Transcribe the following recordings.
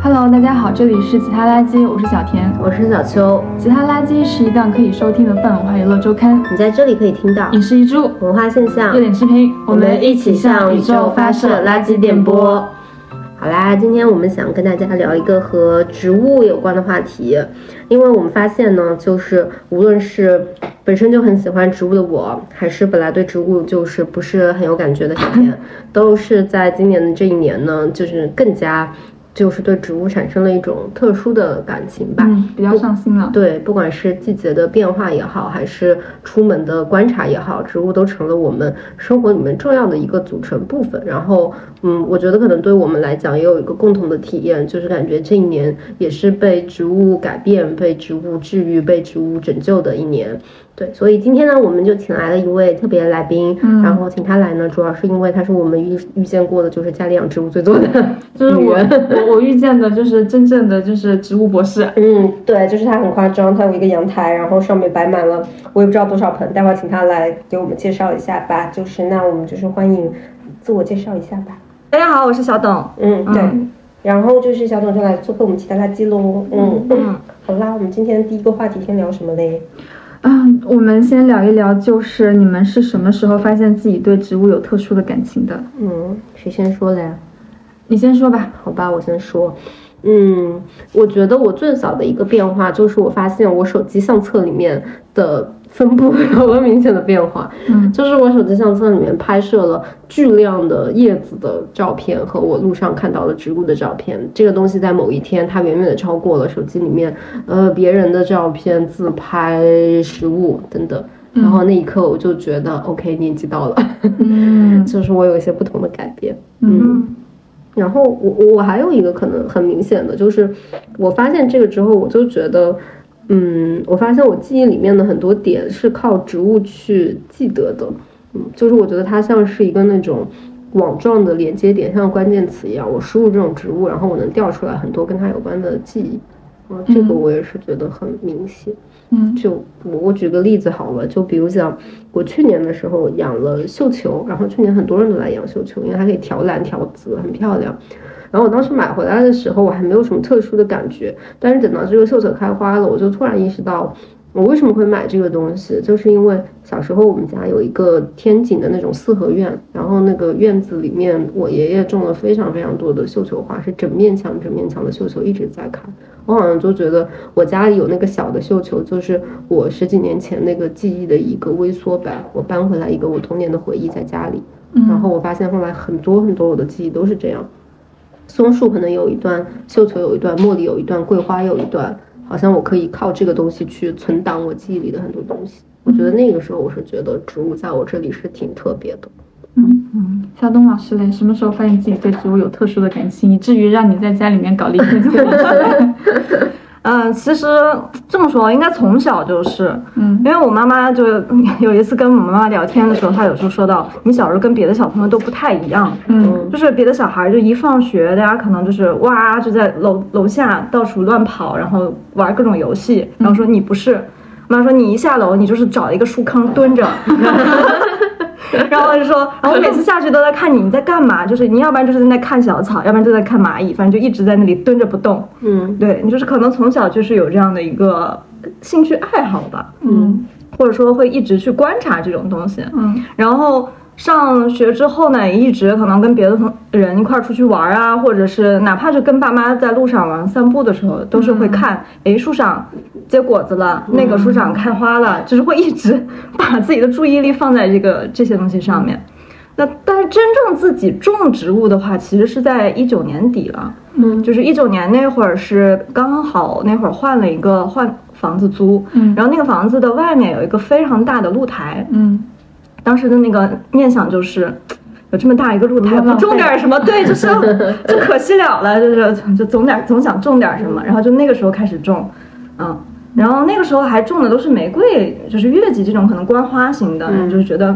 Hello， 大家好，这里是其他垃圾，我是小田， 我是小秋。 其他垃圾是一档可以收听的泛文化娱乐周刊， 你在这里可以听到影视一株、 文化现象、 热点视频， 我们一起向宇宙发射垃圾电波。好啦，今天我们想跟大家聊一个和植物有关的话题，因为我们发现呢，就是无论是本身就很喜欢植物的我，还是本来对植物就是不是很有感觉的小田，都是在今年的这一年呢，就是更加就是对植物产生了一种特殊的感情吧， 比较上心了。 对，不管是季节的变化也好，还是出门的观察也好，植物都成了我们生活里面重要的一个组成部分。然后，我觉得可能对我们来讲也有一个共同的体验，就是感觉这一年也是被植物改变、被植物治愈、被植物拯救的一年。对，所以今天呢，我们就请来了一位特别来宾，然后请他来呢，主要是因为他是我们遇见过的，就是家里养植物最多的就是我遇见的，就是真正的就是植物博士。 对，就是他很夸张，他有一个阳台，然后上面摆满了我也不知道多少盆，待会儿请他来给我们介绍一下吧。就是那我们就是欢迎自我介绍一下吧。 大家好，我是小董。 对。然后就是小董就来做客我们其他垃圾喽。好啦，我们今天第一个话题先聊什么嘞？ 我们先聊一聊，就是你们是什么时候发现自己对植物有特殊的感情的？ 谁先说嘞？ 你先说吧。 好吧，我先说。我觉得我最早的一个变化就是我发现我手机相册里面的分布有了明显的变化。就是我手机相册里面拍摄了巨量的叶子的照片和我路上看到的植物的照片，这个东西在某一天它远远的超过了手机里面别人的照片、自拍、食物等等。然后那一刻我就觉得 OK， 年纪到了。就是我有一些不同的改变。然后我还有一个可能很明显的，就是我发现这个之后，我就觉得，我发现我记忆里面的很多点是靠植物去记得的，就是我觉得它像是一个那种网状的连接点，像关键词一样，我输入这种植物，然后我能调出来很多跟它有关的记忆，这个我也是觉得很明显。就我举个例子好了，就比如讲我去年的时候养了绣球，然后去年很多人都来养绣球，因为它可以调蓝调紫，很漂亮。然后我当时买回来的时候我还没有什么特殊的感觉，但是等到这个绣球开花了，我就突然意识到我为什么会买这个东西，就是因为小时候我们家有一个天井的那种四合院，然后那个院子里面我爷爷种了非常非常多的绣球花，是整面墙的绣球一直在开。我好像就觉得我家里有那个小的绣球，就是我10几年前那个记忆的一个微缩版，我搬回来一个我童年的回忆在家里。然后我发现后来很多我的记忆都是这样，松树可能有一段，绣球有一段，茉莉有一段，桂花有一段，好像我可以靠这个东西去存档我记忆里的很多东西。我觉得那个时候我是觉得植物在我这里是挺特别的。 肖东老师嘞，什么时候发现自己对植物有特殊的感情，以至于让你在家里面搞了一片森林？ 其实这么说应该从小就是，因为我妈妈就有一次跟我妈妈聊天的时候，她有时候说到，你小时候跟别的小朋友都不太一样，就是别的小孩就一放学，大家可能就是哇就在楼下到处乱跑，然后玩各种游戏，然后说你不是，妈妈说你一下楼你就是找一个树坑蹲着。然后就说，然后我每次下去都在看你在干嘛，就是你要不然就是在那看小草，要不然就在看蚂蚁，反正就一直在那里蹲着不动。对，你就是可能从小就是有这样的一个兴趣爱好吧，或者说会一直去观察这种东西。然后上学之后呢，也一直可能跟别的人一块出去玩啊，或者是哪怕是跟爸妈在路上玩散步的时候，都是会看，树上结果子了，那个树上开花了，就是会一直把自己的注意力放在这些东西上面。但是真正自己种植物的话，其实是在19年底了。就是19年那会儿是刚好那会儿换房子租，然后那个房子的外面有一个非常大的露台。当时的那个念想就是有这么大一个露台，不种点什么，对，就可惜了，就总想种点什么，然后就那个时候开始种，然后那个时候还种的都是玫瑰，就是月季这种可能观花型的，就是觉得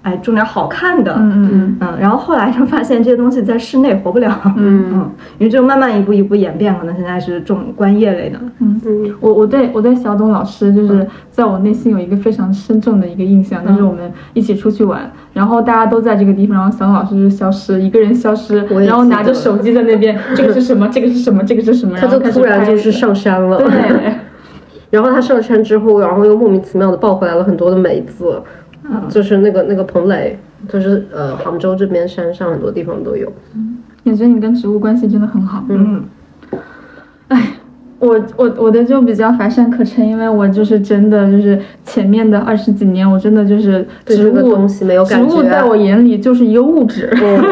种点好看的，然后后来就发现这些东西在室内活不了，因为就慢慢一步一步演变，可能现在是种观叶类的。 我对小董老师就是在我内心有一个非常深重的一个印象，就是我们一起出去玩，然后大家都在这个地方，然后小董老师就消失，一个人消失，然后拿着手机在那边，这个是什么？这个是什么？这个是什么？ 他就突然就是上山了。 对。 然后他上山之后，然后又莫名其妙的抱回来了很多的梅子，就是那个彭磊，就是杭州这边山上很多地方都有。 感觉你跟植物关系真的很好。我的就比较乏善可陈，因为我就是真的就是前面的20几年，我真的就是植物东西没有感觉， 植物在我眼里就是一个物质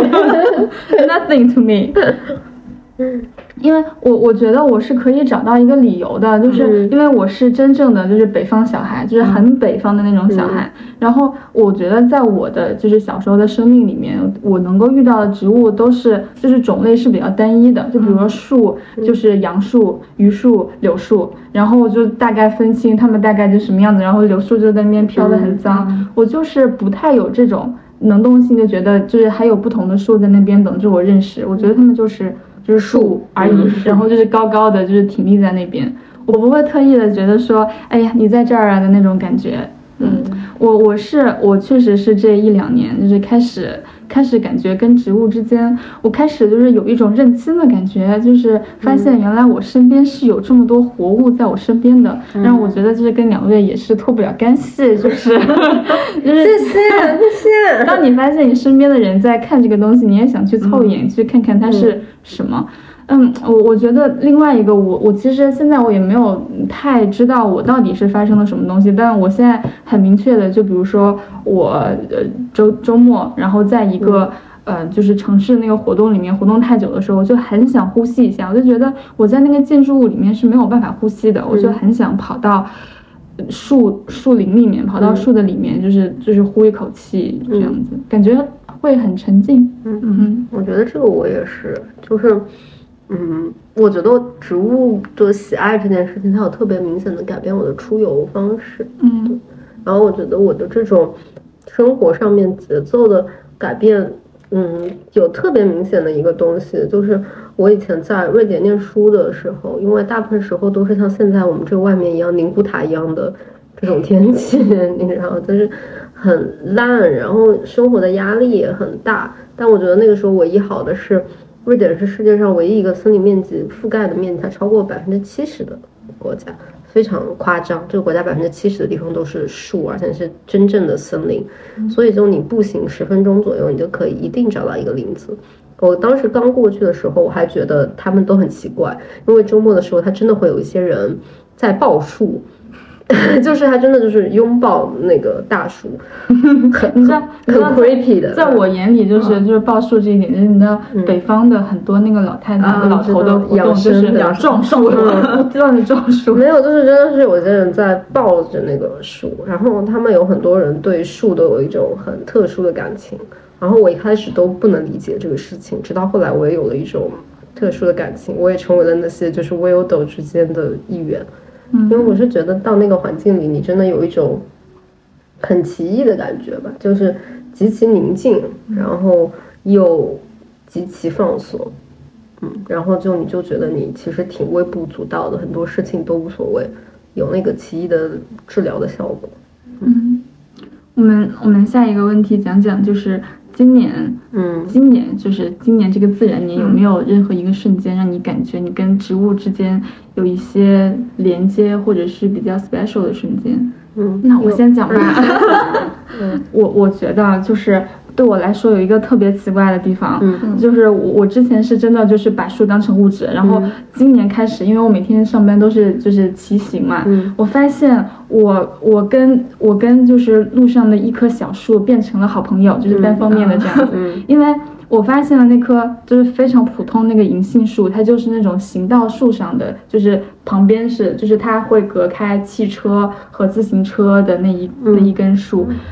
，nothing to me。因为我觉得我是可以找到一个理由的，就是因为我是真正的就是北方小孩，就是很北方的那种小孩。然后我觉得在我的就是小时候的生命里面，我能够遇到的植物都是就是种类是比较单一的，就比如说树，就是杨树、榆树、柳树，然后就大概分清它们大概就什么样子，然后柳树就在那边飘得很脏。我就是不太有这种能动性，就觉得就是还有不同的树在那边等着我认识。我觉得它们就是树而已，然后就是高高的，就是挺立在那边。我不会特意的觉得说，哎呀，你在这儿啊的那种感觉。我确实是这1-2年，就是开始感觉跟植物之间，我开始就是有一种认亲的感觉，就是发现原来我身边是有这么多活物在我身边的，让我觉得就是跟2位也是脱不了干系，就是谢谢。 当你发现你身边的人在看这个东西，你也想去凑一眼去看看它是什么。我觉得另外一个，我其实现在我也没有太知道我到底是发生了什么东西，但我现在很明确的，就比如说我周末，然后在一个就是城市那个活动里面活动太久的时候，我就很想呼吸一下，我就觉得我在那个建筑物里面是没有办法呼吸的，我就很想跑到树林里面，跑到树的里面，就是呼一口气这样子，感觉会很沉静。 我觉得这个我也是，就是我觉得植物的喜爱这件事情，它有特别明显的改变我的出游方式。然后我觉得我的这种生活上面节奏的改变，有特别明显的一个东西，就是我以前在瑞典念书的时候，因为大部分时候都是像现在我们这外面一样宁古塔一样的这种天气，你知道，就是很烂，然后生活的压力也很大。但我觉得那个时候唯一好的是，瑞典是世界上唯一一个森林面积覆盖的面积它超过70%的国家，非常夸张。这个国家70%的地方都是树，而且是真正的森林，所以就你步行10分钟左右，你就可以一定找到一个林子。我当时刚过去的时候，我还觉得他们都很奇怪，因为周末的时候，他真的会有一些人在抱树。就是他真的就是拥抱那个大树， 你知道很 creepy 的。 在我眼里就是抱树这一点，就是你知道北方的很多那个老太太、老头的活动就是种树，不断的种树。 没有，就是真的是有些人在抱着那个树，然后他们有很多人对树都有一种很特殊的感情。然后我一开始都不能理解这个事情，直到后来我也有了一种特殊的感情，我也成为了那些就是 weirdo 之间的一员。因为我是觉得到那个环境里，你真的有一种很奇异的感觉吧，就是极其宁静，然后又极其放松，然后你就觉得你其实挺微不足道的，很多事情都无所谓，有那个奇异的治疗的效果。 我们下一个问题讲讲就是今年这个自然年有没有任何一个瞬间让你感觉你跟植物之间有一些连接，或者是比较 special 的瞬间？那我先讲吧。我觉得就是对我来说有一个特别奇怪的地方，就是我之前是真的就是把树当成物质，然后今年开始，因为我每天上班都是就是骑行嘛，我发现我跟就是路上的一棵小树变成了好朋友，就是单方面的这样子，因为我发现了那棵就是非常普通那个银杏树，它就是那种行道树上的，就是旁边是就是它会隔开汽车和自行车的那一根树。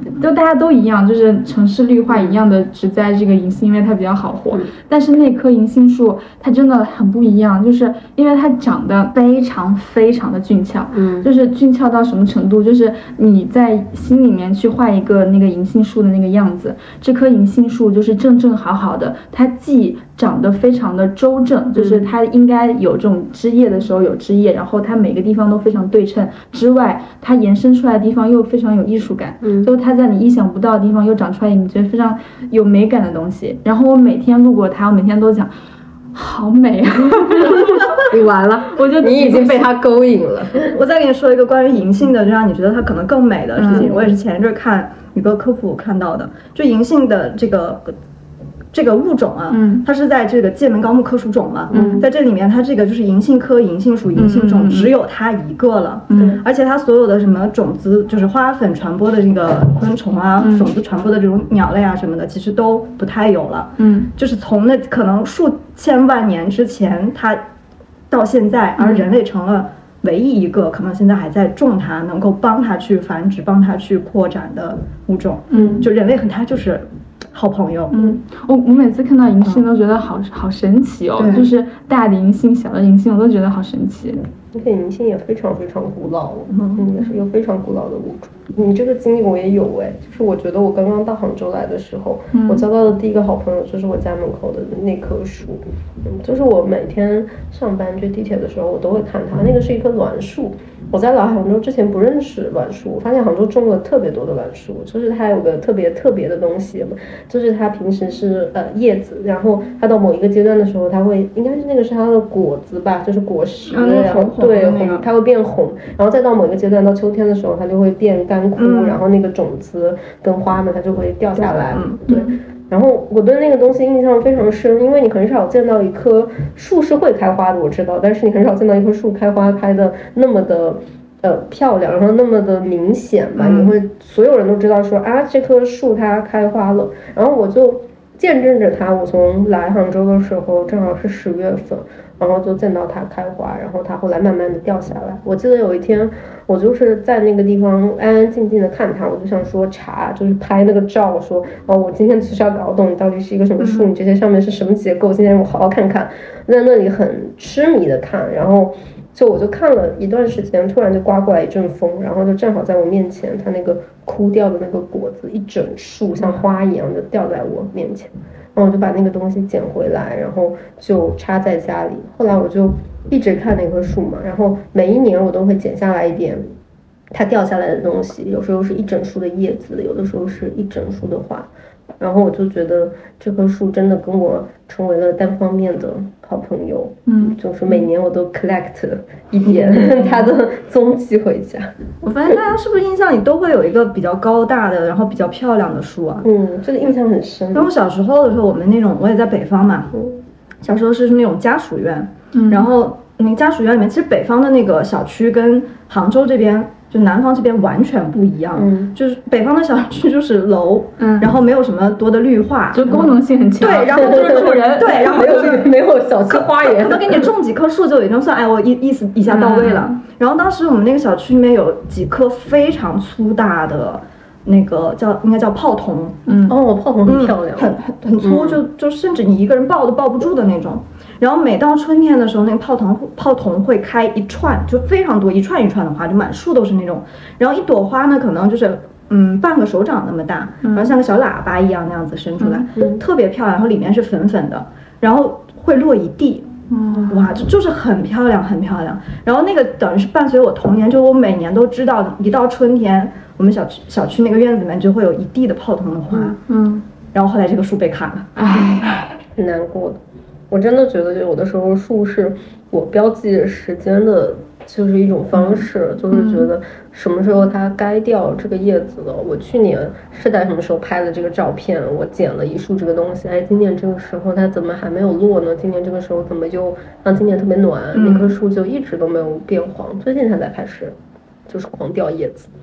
就大家都一样，就是城市绿化一样的植在这个银杏，因为它比较好活。但是那棵银杏树它真的很不一样，就是因为它长得非常非常的俊俏，就是俊俏到什么程度，就是你在心里面去画一个那个银杏树的那个样子，这棵银杏树就是正正好好的，它既长得非常的周正，就是它应该有这种枝叶的时候有枝叶，然后它每个地方都非常对称之外，它延伸出来的地方又非常有艺术感，就它在你意想不到的地方又长出来你觉得非常有美感的东西。然后我每天路过它，我每天都讲好美啊你完了，你已经被它勾引了。 我再给你说一个关于银杏的，就让你觉得它可能更美的事情，我也是前一阵看一个科普看到的，就银杏的这个物种啊，它是在这个界门纲目科属种嘛，在这里面它这个就是银杏科银杏属银杏种，只有它一个了，而且它所有的什么种子，就是花粉传播的这个昆虫啊，种子传播的这种鸟类啊什么的，其实都不太有了，就是从那可能数千万年之前它到现在，而人类成了唯一一个可能现在还在种它，能够帮它去繁殖、帮它去扩展的物种，就人类和它就是好朋友。 我每次看到银杏都觉得好神奇哦，就是大的银杏、小的银杏，我都觉得好神奇。 而且银杏也非常非常古老，也是一个非常古老的物种。你这个经历我也有就是我觉得我刚刚到杭州来的时候，我交到的第一个好朋友就是我家门口的那棵树，就是我每天上班追地铁的时候我都会看它，那个是一棵栾树。我在来杭州之前不认识栾树，我发现杭州种了特别多的栾树，就是它有个特别的东西，就是它平时是叶子，然后它到某一个阶段的时候，它会应该是那个是它的果子吧，就是果实，然后对红，它会变红，然后再到某一个阶段到秋天的时候，它就会变干枯，然后那个种子跟花们它就会掉下来，对。然后我对那个东西印象非常深，因为你很少见到一棵树是会开花的，我知道，但是你很少见到一棵树开花开的那么的漂亮，然后那么的明显吧，你会所有人都知道说啊这棵树它开花了，然后我就见证着它，我从来杭州的时候正好是10月份，然后就见到它开花，然后它后来慢慢的掉下来。我记得有一天我就是在那个地方安安静静的看它，我就想说就是拍那个照，说我今天就是要搞懂你到底是一个什么树，你这些上面是什么结构，今天我好好看看，在那里很痴迷的看，然后我就看了一段时间，突然就刮过来一阵风，然后就正好在我面前，它那个枯掉的那个果子一整束像花一样的掉在我面前，然后我就把那个东西捡回来，然后就插在家里。后来我就一直看那棵树嘛，然后每一年我都会剪下来一点它掉下来的东西，有时候是一整束的叶子，有的时候是一整束的花，然后我就觉得这棵树真的跟我成为了单方面的好朋友，就是每年我都 collect 一点它的踪迹回家。 我发现大家是不是印象里都会有一个比较高大的，然后比较漂亮的树啊？ 这个印象很深。 然后小时候的时候，我们那种我也在北方嘛，小时候是那种家属院，然后那个家属院里面，其实北方的那个小区跟杭州这边。就南方这边完全不一样，就是北方的小区就是楼，然后没有什么多的绿化， 就功能性很强， 对，然后就是住人，对，然后就是没有小区花园， 可能给你种几棵树就已经算我意思一下到位了。然后当时我们那个小区里面有几棵非常粗大的那个应该叫泡桐， 泡桐很漂亮， 很粗，就甚至你一个人抱都抱不住的那种。然后每到春天的时候，那个泡桐会开一串，就非常多，一串一串的花，就满树都是那种。然后一朵花呢，可能就是半个手掌那么大，然后像个小喇叭一样那样子伸出来，特别漂亮。然后里面是粉粉的，然后会落一地，哇，就是很漂亮，很漂亮。然后那个等于是伴随我童年，就我每年都知道，一到春天，我们小区那个院子里面就会有一地的泡桐的花，然后后来这个树被砍了， 挺难过的。我真的觉得有的时候树是我标记时间的就是一种方式，就是觉得什么时候它该掉这个叶子了。我去年是在什么时候拍的这个照片，我剪了一束这个东西，今年这个时候它怎么还没有落呢？今年这个时候怎么就让今年特别暖，那棵树就一直都没有变黄，最近它才开始就是狂掉叶子。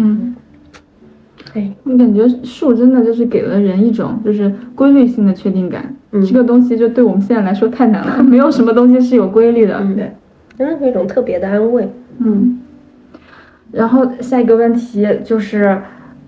我感觉树真的就是给了人一种就是规律性的确定感，这个东西就对我们现在来说太难了，没有什么东西是有规律的，对， 真的是一种特别的安慰。 然后下一个问题就是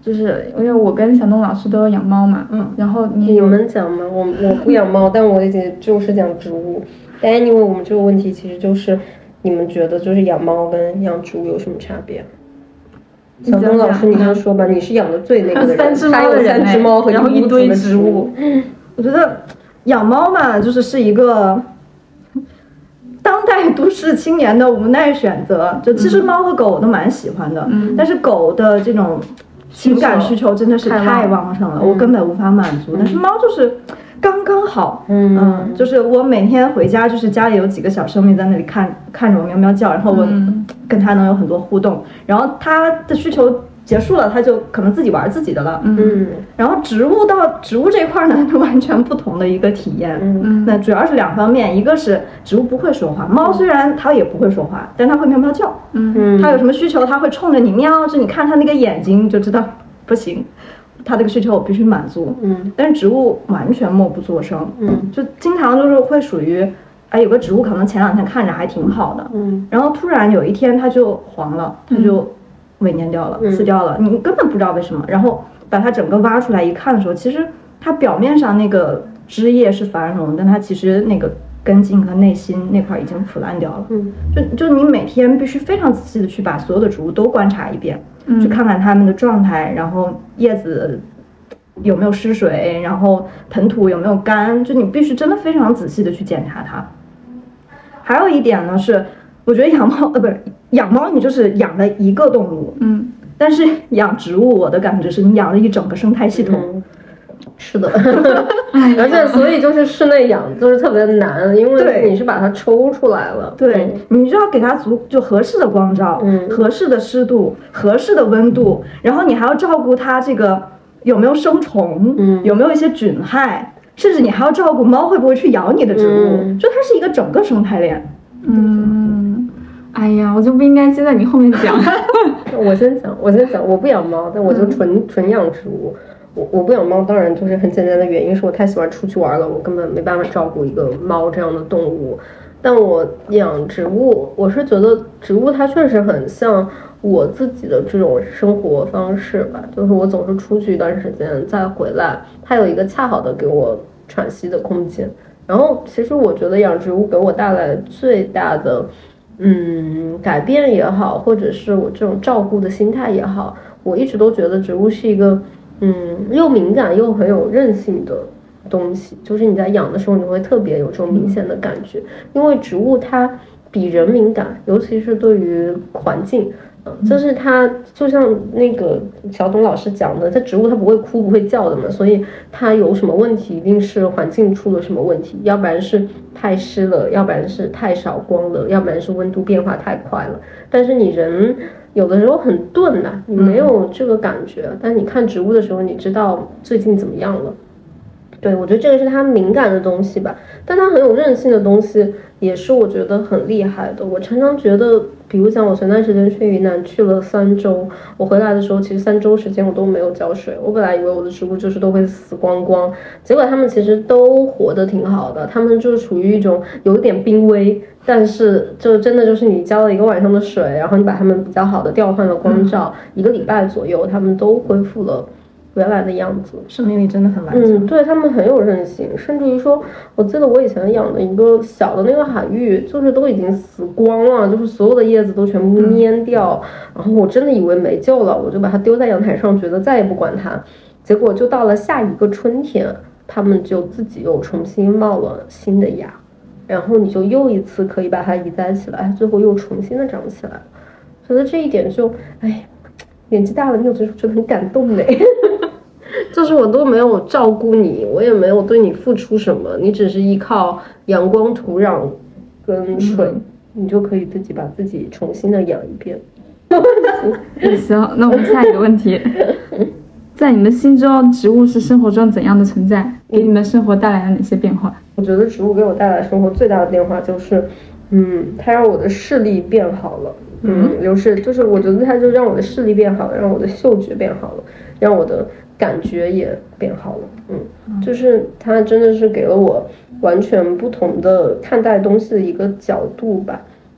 就是因为我跟小东老师都有养猫嘛，然后你们讲吗？我不养猫，但我也就是讲植物。但 anyway， 我们这个问题其实就是你们觉得就是养猫跟养植物有什么差别？小东老师，你先说吧，你是养的最那个的人 ，3只猫的人，然后一堆植物。 我觉得养猫嘛，是一个当代都市青年的无奈选择。就其实猫和狗我都蛮喜欢的，但是狗的这种情感需求真的是太旺盛了，我根本无法满足。但是猫就是刚刚好，就是我每天回家，就是家里有几个小生命在那里看着我喵喵叫，然后我跟它能有很多互动，然后它的需求结束了，它就可能自己玩自己的了。然后植物这一块呢，就完全不同的一个体验。那主要是2方面，一个是植物不会说话，猫虽然它也不会说话，但它会喵喵叫。它有什么需求，它会冲着你喵，就你看它那个眼睛就知道不行。它这个需求我必须满足，但是植物完全默不作声，就经常就是会属于，有个植物可能前2天看着还挺好的，然后突然有一天它就黄了，它就萎蔫掉了，死掉了，你根本不知道为什么，然后把它整个挖出来一看的时候，其实它表面上那个枝叶是繁荣，但它其实那个根茎和内心那块已经腐烂掉了，就你每天必须非常仔细的去把所有的植物都观察一遍。去看看它们的状态，然后叶子有没有湿水，然后盆土有没有干，就你必须真的非常仔细的去检查它。还有一点呢是，我觉得养猫你就是养了一个动物，但是养植物我的感觉是你养了一整个生态系统。 是的，而且所以就是室内养就是特别难，因为你是把它抽出来了， 对，你就要给它就合适的光照，合适的湿度，合适的温度，然后你还要照顾它这个有没有生虫，有没有一些菌害，甚至你还要照顾猫会不会去咬你的植物，就它是一个整个生态链。 哎呀，我就不应该接在你后面讲。 我先讲，我不养猫，但我就纯养植物。我不养猫，当然就是很简单的原因是我太喜欢出去玩了，我根本没办法照顾一个猫这样的动物。但我养植物，我是觉得植物它确实很像我自己的这种生活方式吧，就是我总是出去一段时间再回来，它有一个恰好的给我喘息的空间。然后其实我觉得养植物给我带来最大的改变也好，或者是我这种照顾的心态也好，我一直都觉得植物是一个又敏感又很有韧性的东西，就是你在养的时候，你会特别有这种明显的感觉，因为植物它比人敏感，尤其是对于环境，就是它就像那个小董老师讲的，这植物它不会哭不会叫的嘛，所以它有什么问题，一定是环境出了什么问题，要不然是太湿了，要不然是太少光了，要不然是温度变化太快了。但是你人有的时候很钝呐，你没有这个感觉，但你看植物的时候，你知道最近怎么样了。对，我觉得这个是它敏感的东西吧，但它很有韧性的东西也是我觉得很厉害的。我常常觉得，比如讲我前段时间去云南去了3周，我回来的时候其实3周时间我都没有浇水，我本来以为我的植物就是都会死光光，结果它们其实都活得挺好的，它们就是处于一种有一点濒危，但是就真的就是你浇了1个晚上的水，然后你把它们比较好的调换了光照，1个礼拜左右它们都恢复了原来的样子， 生命力真的很顽强。 对，他们很有韧性，甚至于说，我记得我以前养的一个小的那个海芋，就是都已经死光了，就是所有的叶子都全部蔫掉，然后我真的以为没救了，我就把它丢在阳台上，觉得再也不管它。结果就到了下一个春天，它们就自己又重新冒了新的芽，然后你就又一次可以把它移栽起来，最后又重新的长起来了。觉得这一点就，年纪大了，你有的时候觉得很感动的。就是我都没有照顾你，我也没有对你付出什么，你只是依靠阳光、土壤跟水，你就可以自己把自己重新的养一遍。 行，那我们下一个问题，在你们心中，植物是生活中怎样的存在？给你们生活带来了哪些变化？ 我觉得植物给我带来生活最大的变化就是，它让我的视力变好了。就是我觉得它就让我的视力变好了，让我的嗅觉变好了，让我的感觉也变好了。就是它真的是给了我完全不同的看待东西的一个角度吧。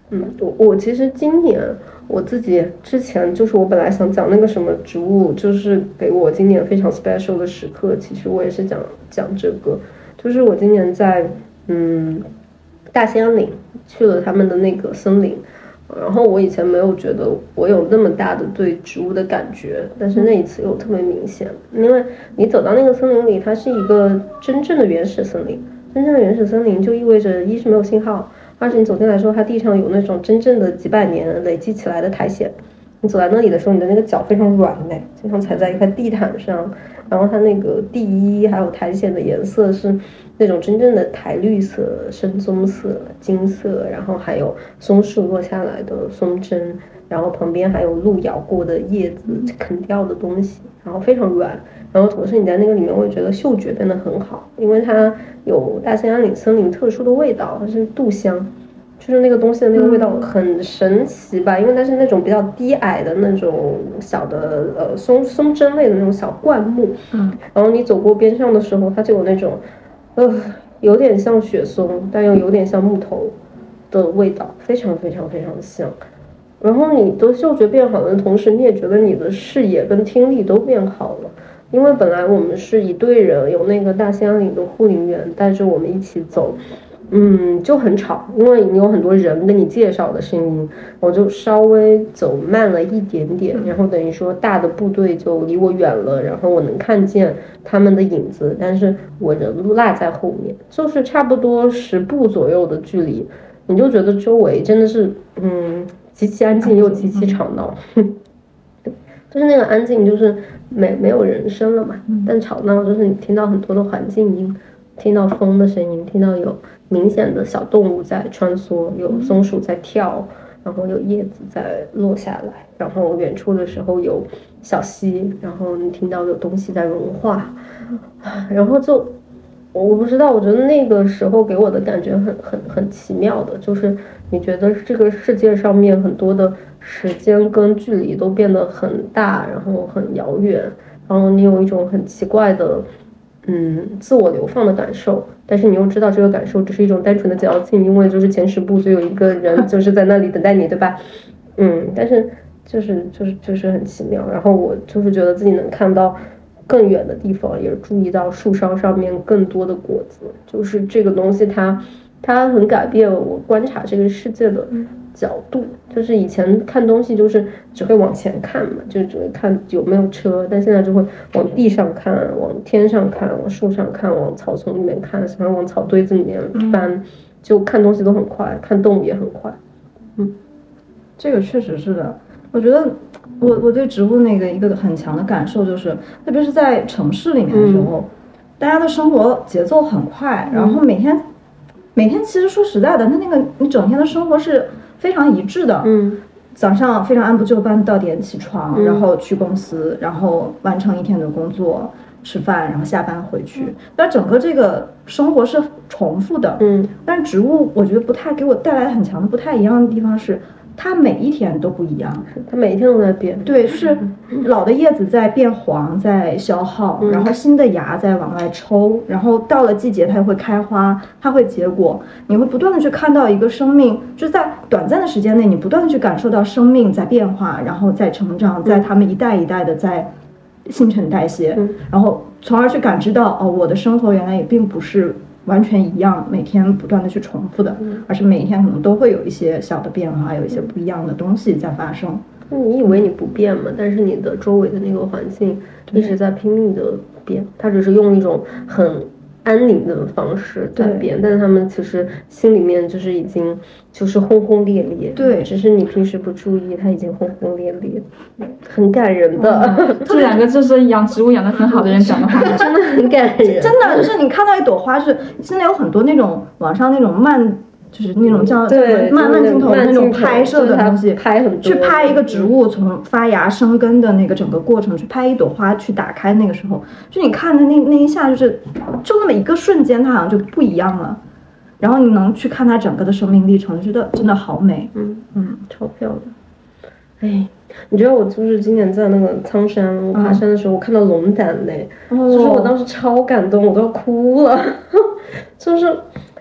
我其实今年我自己之前就是我本来想讲那个什么植物，就是给我今年非常 special 的时刻，其实我也是讲这个，就是我今年在大兴安岭去了他们的那个森林，然后我以前没有觉得我有那么大的对植物的感觉，但是那一次又特别明显，因为你走到那个森林里，它是一个真正的原始森林，真正的原始森林就意味着一是没有信号。而且你走进来的时候，它地上有那种真正的几百年累积起来的苔藓。你走在那里的时候，你的那个脚非常软嘞，就像踩在一块地毯上。然后它那个地衣还有苔藓的颜色是那种真正的苔绿色、深棕色、金色，然后还有松树落下来的松针，然后旁边还有鹿咬过的叶子、啃掉的东西，然后非常软。然后同时你在那个里面，我也觉得嗅觉变得很好，因为它有大兴安岭森林特殊的味道，它是杜香，就是那个东西的那个味道很神奇吧，因为它是那种比较低矮的那种小的松针类的那种小灌木，然后你走过边上的时候，它就有那种有点像雪松，但又有点像木头的味道，非常非常非常像。然后你的嗅觉变好的同时，你也觉得你的视野跟听力都变好了。因为本来我们是一队人，有那个大兴安岭的护林员带着我们一起走，就很吵，因为你有很多人跟你介绍的声音，我就稍微走慢了一点点，然后等于说大的部队就离我远了，然后我能看见他们的影子，但是我人落在后面，就是差不多10步左右的距离，你就觉得周围真的是极其安静又极其吵闹。就是那个安静，就是没有人声了嘛，但吵闹就是你听到很多的环境音，听到风的声音，听到有明显的小动物在穿梭，有松鼠在跳，然后有叶子在落下来，然后远处的时候有小溪，然后你听到有东西在融化，然后就我不知道，我觉得那个时候给我的感觉很奇妙的，就是你觉得这个世界上面很多的时间跟距离都变得很大，然后很遥远，然后你有一种很奇怪的自我流放的感受，但是你又知道这个感受只是一种单纯的矫情，因为就是前10步就有一个人就是在那里等待你，对吧？但是就是很奇妙。然后我就是觉得自己能看到更远的地方，也注意到树梢上面更多的果子，就是这个东西它很改变我观察这个世界的角度。就是以前看东西就是只会往前看嘛，就只会看有没有车，但现在就会往地上看，往天上看，往树上看，往草丛里面看，然后往草堆子里面翻，就看东西都很快，看动物也很快。 这个确实是的。我觉得我对植物那个一个很强的感受就是，特别是在城市里面的时候，大家的生活节奏很快，然后每天其实说实在的，你整天的生活是非常一致的。早上非常按部就班到点起床，然后去公司，然后完成一天的工作，吃饭，然后下班回去。但整个这个生活是重复的。但是植物我觉得给我带来很强的不太一样的地方是，它每一天都不一样， 它每一天都在变。 对，就是老的叶子在变黄，在消耗，然后新的芽在往外抽，然后到了季节它会开花，它会结果，你会不断的去看到一个生命，就是在短暂的时间内，你不断的去感受到生命在变化，然后在成长，在它们一代一代的在新陈代谢，然后从而去感知到我的生活原来也并不是完全一样，每天不断的去重复的，而是每一天可能都会有一些小的变化，有一些不一样的东西在发生。 你以为你不变嘛，但是你的周围的那个环境一直在拼命的变，它只是用一种很安宁的方式在变，但是他们其实心里面就是已经就是轰轰烈烈， 对， 只是你平时不注意，它已经轰轰烈烈，很感人的。 这两个就是养植物养得很好的人讲的话， 真的很感人。 真的就是你看到一朵花，是现在有很多那种网上那种就是那种叫慢镜头的那种拍摄的东西，去拍一个植物从发芽生根的那个整个过程，去拍一朵花去打开那个时候，就你看的那一下，就那么一个瞬间，它好像就不一样了。然后你能去看它整个的生命历程，觉得真的好美。 超漂亮。你觉得我就是今年在那个苍山我爬山的时候，我看到龙胆嘞，就是我当时超感动，我都要哭了。就是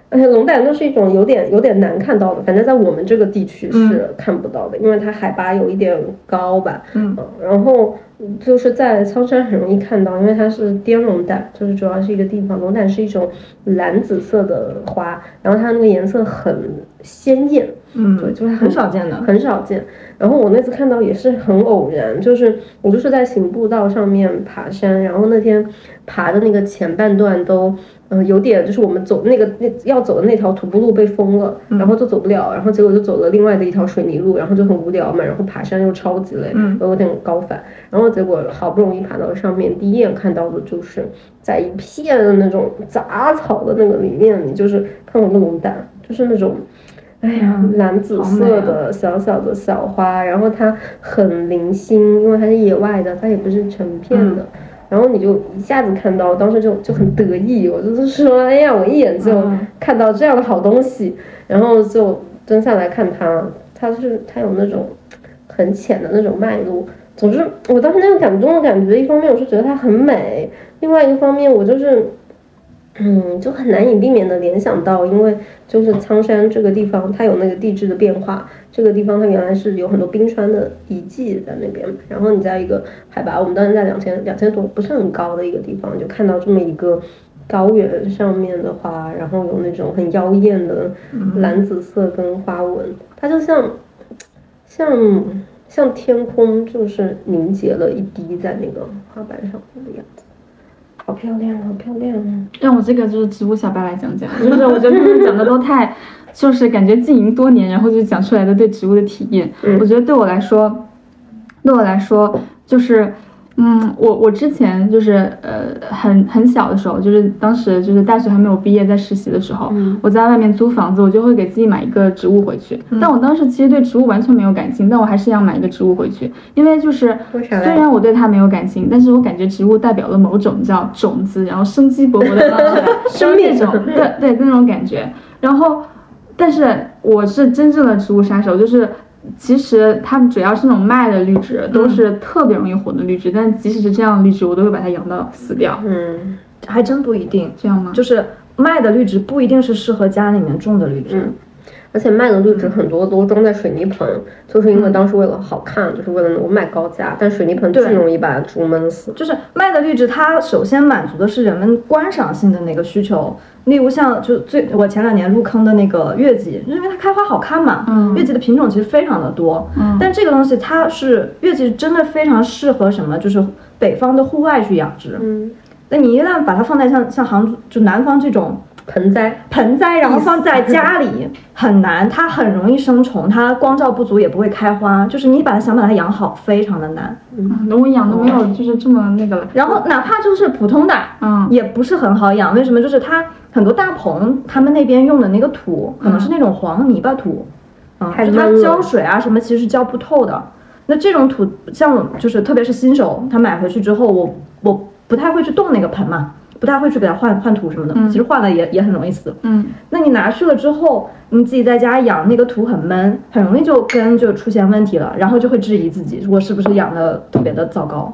而且龙胆就是一种有点难看到的，反正在我们这个地区是看不到的，因为它海拔有一点高吧。然后就是在苍山很容易看到，因为它是滇龙胆，就是主要是一个地方。龙胆是一种蓝紫色的花，然后它那个颜色很鲜艳。对，就是很少见的， 很少见。然后我那次看到也是很偶然，就是我就是在行步道上面爬山，然后那天爬的那个前半段都有点就是我们走要走的那条徒步路被封了，然后就走不了，然后结果就走了另外的一条水泥路，然后就很无聊嘛，然后爬山又超级累，有点高反，然后结果好不容易爬到上面，第一眼看到的就是在一片那种杂草的那个里面，你就是看到那龙胆，就是那种。哎呀，蓝紫色的小小的小花，然后它很零星，因为它是野外的，它也不是成片的。然后你就一下子看到，当时就很得意，我就是说，哎呀，我一眼就看到这样的好东西，然后就蹲下来看它有那种很浅的那种脉络。总之，我当时那种感动的感觉，一方面我是觉得它很美，另外一个方面我就是。就很难以避免的联想到，因为就是苍山这个地方，它有那个地质的变化，这个地方它原来是有很多冰川的遗迹在那边，然后你在一个海拔，我们当时在2000多，不是很高的一个地方，就看到这么一个高原上面的花，然后有那种很妖艳的蓝紫色跟花纹，它就像天空就是凝结了一滴在那个花瓣上的样子。好漂亮，好漂亮！ 让我这个就是植物小白来讲讲，就是我觉得他们讲的都太，就是感觉经营多年，然后就讲出来的对植物的体验。我觉得对我来说就是，我之前就是很小的时候，就是当时就是大学还没有毕业，在实习的时候，我在外面租房子，我就会给自己买一个植物回去。但我当时其实对植物完全没有感情，但我还是想买一个植物回去，因为就是虽然我对它没有感情，但是我感觉植物代表了某种叫种子，然后生机勃勃的发出来，生命种，对那种感觉。然后，但是我是真正的植物杀手，就是。其实它们主要是那种麦的绿植，都是特别容易活的绿植，但即使是这样的绿植，我都会把它养到死掉。 还真不一定， 这样吗？ 就是麦的绿植不一定是适合家里面种的绿植。 而且麦的绿植很多都装在水泥盆，就是因为当时为了好看，就是为了我卖高价，但水泥盆最容易把植物闷死。 就是麦的绿植，它首先满足的是人们观赏性的那个需求，例如像我前2年入坑的那个月季，因为它开花好看嘛，月季的品种其实非常的多，但这个东西它是月季真的非常适合什么，就是北方的户外去养殖。那你一旦把它放在像就南方这种。 盆栽，然后放在家里很难，它很容易生虫，它光照不足也不会开花，就是你想把它养好非常的难。 我养的没有就是这么那个了。 然后哪怕就是普通的，也不是很好养。为什么？就是它很多大棚，他们那边用的那个土可能是那种黄泥巴土，就它浇水啊什么其实是浇不透的。那这种土，像就是特别是新手，他买回去之后，我不太会去动那个盆嘛。不太会去给它换土什么的，其实换了也很容易死。那你拿去了之后，你自己在家养，那个土很闷，很容易就出现问题了，然后就会质疑自己，我是不是养的特别的糟糕。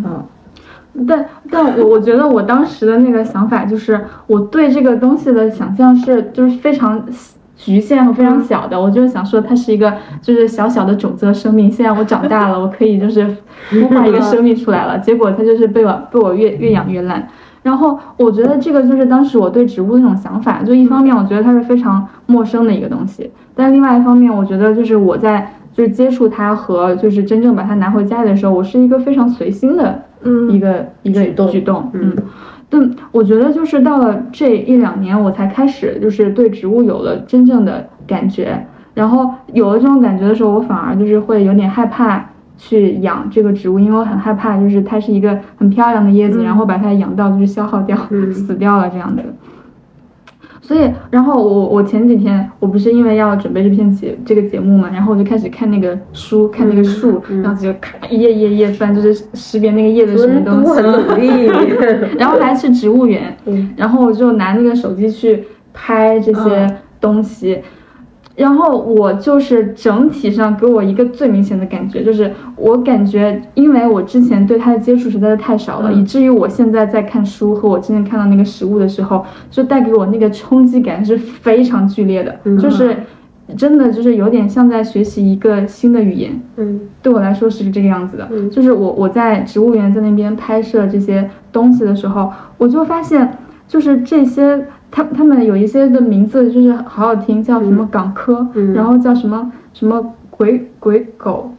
但我觉得我当时的那个想法就是，我对这个东西的想象就是非常局限和非常小的。我就是想说，它是一个就是小小的种子和生命。现在我长大了，我可以就是孵化一个生命出来了。结果它就是被我越养越烂。然后我觉得这个就是当时我对植物那种想法，就一方面我觉得它是非常陌生的一个东西，但另外一方面我觉得就是我在就是接触它和就是真正把它拿回家的时候，我是一个非常随心的一个举动。但我觉得就是到了这1-2年，我才开始就是对植物有了真正的感觉，然后有了这种感觉的时候，我反而就是会有点害怕去养这个植物，因为我很害怕，就是它是一个很漂亮的叶子，然后把它养到就是消耗掉、死掉了这样子。所以，然后我前几天我不是因为要准备这个节目嘛，然后我就开始看那个书，看那个树，然后就咔一页翻，就是识别那个叶子什么东西。 很努力。 然后还去植物园，然后我就拿那个手机去拍这些东西。 然后我就是整体上给我一个最明显的感觉，就是我感觉，因为我之前对它的接触实在是太少了，以至于我现在在看书和我之前看到那个实物的时候，就带给我那个冲击感是非常剧烈的，就是真的就是有点像在学习一个新的语言。对我来说是这个样子的。就是我在植物园在那边拍摄这些东西的时候，我就发现就是这些。他们有一些的名字就是好好听，叫什么港科，然后叫什么鬼狗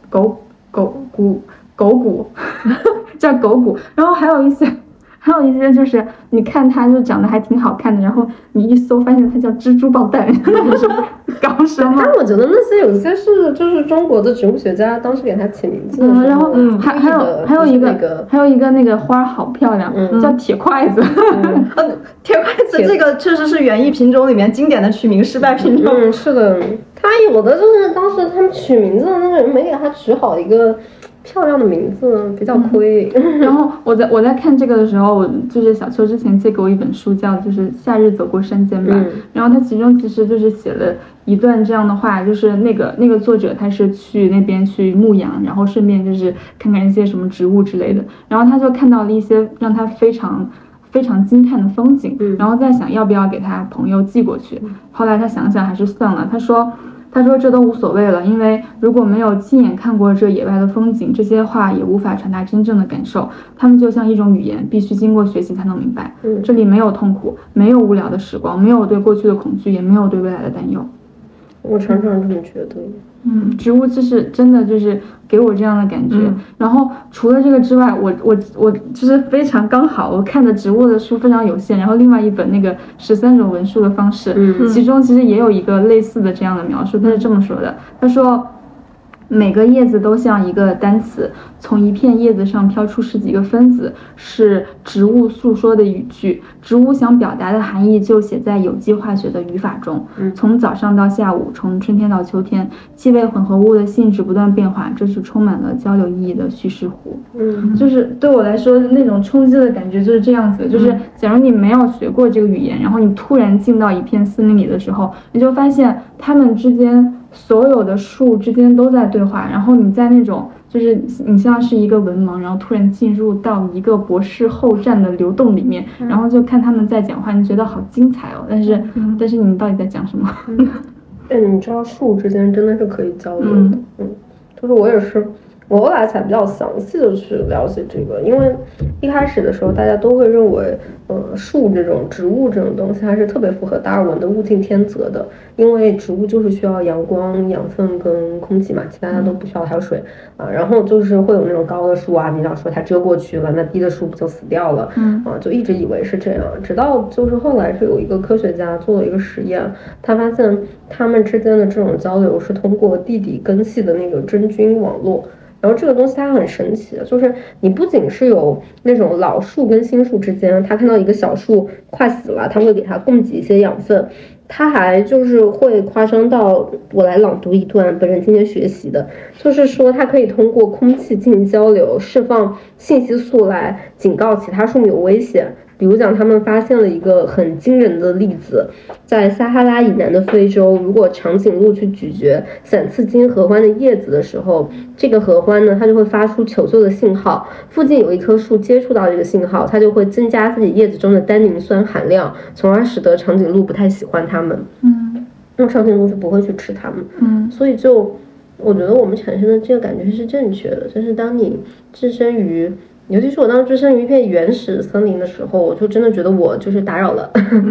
骨，叫狗骨，然后还有一些就是你看它就长得还挺好看的，然后你一搜发现它叫蜘蛛爆弹，搞什么？ 但我觉得那些有些是就是中国的植物学家当时给它起名字的时候， 然后还有一个那个花好漂亮，叫铁筷子。 铁筷子这个确实是园艺品种里面经典的取名失败品种。 是的，它有的就是当时他们取名字的那个人没给它取好一个漂亮的名字，比较亏。 然后我在看这个的时候，我就是小秋之前借给我一本书，叫就是《夏日走过山间吧》，然后它其中其实就是写了一段这样的话，就是那个作者他是去那边去牧羊，然后顺便就是看看一些什么植物之类的，然后他就看到了一些让他非常惊叹的风景，然后在想要不要给他朋友寄过去，后来他想想还是算了，他说这都无所谓了，因为如果没有亲眼看过这野外的风景，这些话也无法传达真正的感受。它们就像一种语言，必须经过学习才能明白。这里没有痛苦，没有无聊的时光，没有对过去的恐惧，也没有对未来的担忧。 我常常这么觉得。 植物知识真的就是给我这样的感觉。然后除了这个之外，我就是非常刚好，我看的植物的书非常有限，然后另外一本那个13种文书的方式，其中其实也有一个类似的这样的描述，他是这么说的，他说每个叶子都像一个单词，从一片叶子上飘出10几个分子，是植物诉说的语句。植物想表达的含义就写在有机化学的语法中。从早上到下午，从春天到秋天，气味混合物的性质不断变化，这是充满了交流意义的叙事弧。就是对我来说那种冲击的感觉就是这样子，就是假如你没有学过这个语言，然后你突然进到一片森林里的时候，你就发现它们之间所有的树之间都在对话，然后你在那种就是你像是一个文盲，然后突然进入到一个博士后站的流动里面，然后就看他们在讲话，你觉得好精彩哦，但是你们到底在讲什么？ 你知道树之间真的是可以交流的。就是我也是。我后来才比较详细的去了解这个，因为一开始的时候大家都会认为，树这种植物这种东西还是特别符合达尔文的物竞天择的，因为植物就是需要阳光、养分跟空气嘛，其他的都不需要，还有水啊。然后就是会有那种高的树啊，你想说它遮过去了，那低的树不就死掉了？就一直以为是这样，直到就是后来是有一个科学家做了一个实验，他发现他们之间的这种交流是通过地底根系的那个真菌网络。然后这个东西它很神奇的，就是你不仅是有那种老树跟新树之间，它看到一个小树快死了，它会给它供给一些养分，它还就是会夸张到，我来朗读一段本人今天学习的，就是说它可以通过空气进行交流，释放信息素来警告其他树木有危险。比如讲他们发现了一个很惊人的例子，在撒哈拉以南的非洲，如果长颈鹿去咀嚼伞刺金合欢的叶子的时候，这个合欢呢它就会发出求救的信号，附近有一棵树接触到这个信号，它就会增加自己叶子中的单宁酸含量，从而使得长颈鹿不太喜欢它们，那长颈鹿就不会去吃它们。所以就我觉得我们产生的这个感觉是正确的，就是当你置身于尤其是我当时置身于一片原始森林的时候，我就真的觉得我就是打扰了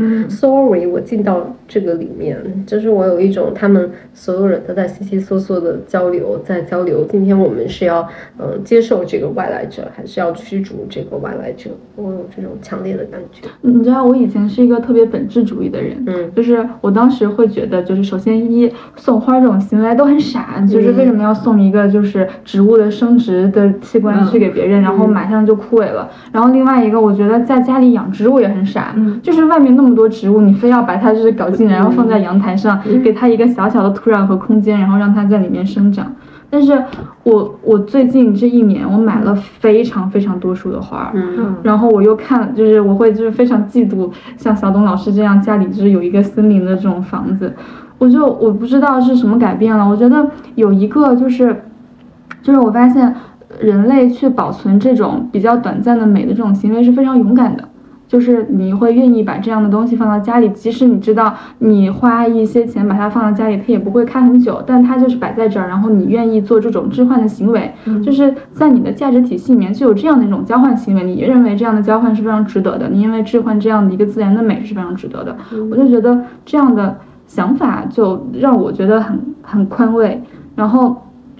sorry 我进到这个里面，就是我有一种他们所有人都在稀稀嗦嗦的交流，在交流今天我们是要接受这个外来者，还是要驱逐这个外来者，我有这种强烈的感觉。 你知道我以前是一个特别本质主义的人，就是我当时会觉得就是首先送花这种行为都很傻，就是为什么要送一个就是植物的生殖的器官去给别人，然后马上就枯萎了。然后另外一个我觉得在家里养植物也很傻，就是外面那么多植物，你非要把它就是搞进来，然后放在阳台上，给它一个小小的土壤和空间，然后让它在里面生长。但是我最近这1年我买了非常非常多束的花，然后我又看就是我会就是非常嫉妒像小董老师这样家里就是有一个森林的这种房子。 我不知道是什么改变了。我觉得有一个就是我发现人类去保存这种比较短暂的美的这种行为是非常勇敢的。就是你会愿意把这样的东西放到家里，即使你知道你花一些钱把它放到家里，它也不会开很久，但它就是摆在这儿，然后你愿意做这种置换的行为，就是在你的价值体系里面就有这样的一种交换行为，你认为这样的交换是非常值得的，你因为置换这样的一个自然的美是非常值得的。我就觉得这样的想法就让我觉得很宽慰。然后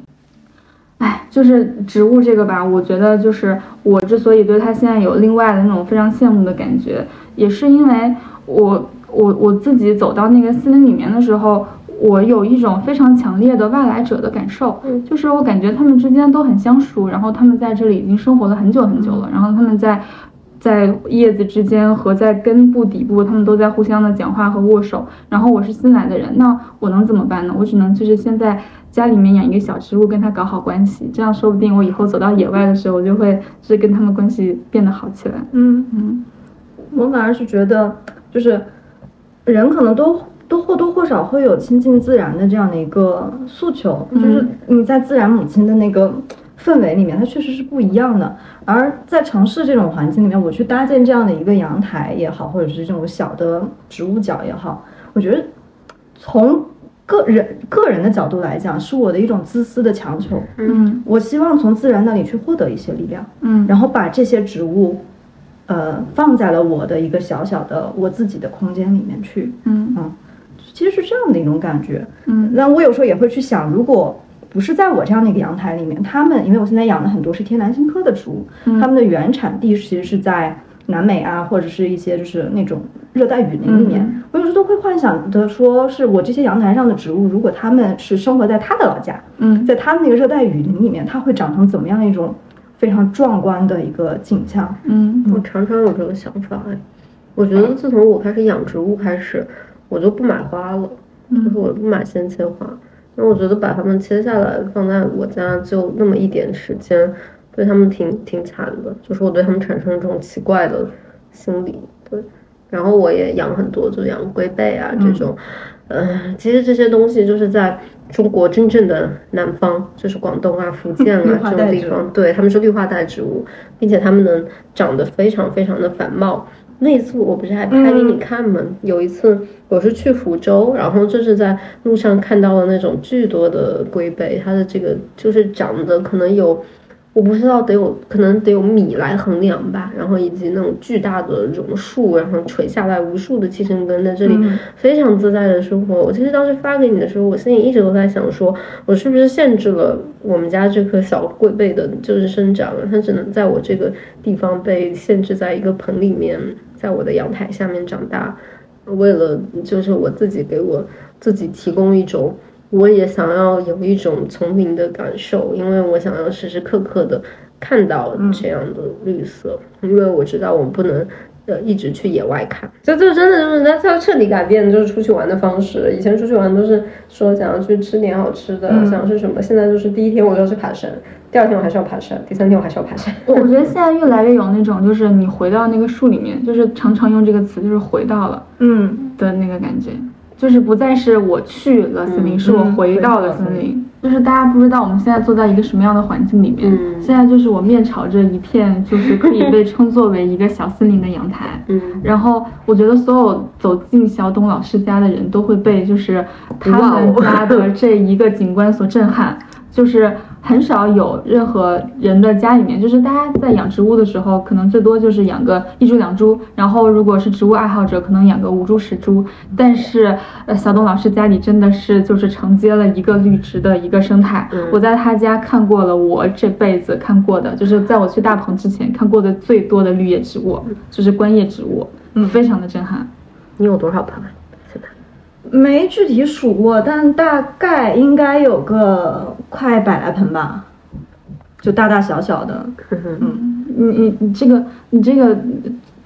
就是植物这个吧，我觉得就是我之所以对它现在有另外的那种非常羡慕的感觉，也是因为我自己走到那个森林里面的时候，我有一种非常强烈的外来者的感受，就是我感觉他们之间都很相熟，然后他们在这里已经生活了很久很久了，然后他们在叶子之间和在根部底部，他们都在互相的讲话和握手。然后我是新来的人，那我能怎么办呢？我只能就是先在家里面养一个小植物，跟它搞好关系，这样说不定我以后走到野外的时候，我就会是跟他们关系变得好起来。 我反而是觉得，就是人可能都或多或少会有亲近自然的这样的一个诉求，就是你在自然母亲的那个氛围里面，它确实是不一样的。而在城市这种环境里面，我去搭建这样的一个阳台也好，或者是这种小的植物角也好，我觉得从个人的角度来讲，是我的一种自私的强求。我希望从自然那里去获得一些力量。然后把这些植物放在了我的一个小小的我自己的空间里面去。其实是这样的一种感觉。那我有时候也会去想，如果不是在我这样的一个阳台里面，他们因为我现在养的很多是天南星科的植物，他们的原产地其实是在南美啊，或者是一些就是那种热带雨林里面。我有时候都会幻想的说，是我这些阳台上的植物，如果他们是生活在他的老家，在他们那个热带雨林里面，它会长成怎么样一种非常壮观的一个景象。 我常常有这个想法。我觉得自从我开始养植物开始，我就不买花了，就是我不买鲜切花。因为我觉得把它们切下来放在我家就那么一点时间，对他们挺惨的，就是我对他们产生了这种奇怪的心理。对，然后我也养很多，就养龟背啊这种。其实这些东西就是在中国真正的南方，就是广东啊、福建啊这种地方，对，他们是绿化带植物，并且它们能长得非常非常的繁茂。那一次我不是还拍给你看吗？有一次我是去福州，然后就是在路上看到了那种巨多的龟背，它的这个就是长得可能有，我不知道可能得有米来衡量吧，然后以及那种巨大的这种树，然后垂下来无数的气生根在这里非常自在的生活。我其实当时发给你的时候，我心里一直都在想说，我是不是限制了我们家这棵小龟背的就是生长，它只能在我这个地方被限制在一个盆里面，在我的阳台下面长大，为了就是我自己给我自己提供一种，我也想要有一种丛林的感受，因为我想要时时刻刻的看到这样的绿色，因为我知道我们不能一直去野外看，就真的就是它要彻底改变就是出去玩的方式。以前出去玩都是说想要去吃点好吃的，想要吃什么，现在就是第一天我就要去爬山，第二天我还是要爬山，第三天我还是要爬山。 我觉得现在越来越有那种就是你回到那个树里面，就是常常用这个词，就是回到了的那个感觉，就是不再是我去了森林，是我回到了森林。就是大家不知道我们现在坐在一个什么样的环境里面，现在就是我面朝着一片就是可以被称作为一个小森林的阳台。然后我觉得所有走进小董老师家的人都会被就是他们家的这一个景观所震撼。就是很少有任何人的家里面，就是大家在养植物的时候，可能最多就是养个1猪2猪，然后如果是植物爱好者，可能养个5猪10猪。但是小董老师家里真的是就是承接了一个绿植的一个生态。我在他家看过了我这辈子看过的，就是在我去大棚之前看过的最多的绿叶植物，就是观叶植物，非常的震撼。 你有多少盆？ 没具体数过，但大概应该有个快100来盆吧，就大大小小的。 你这个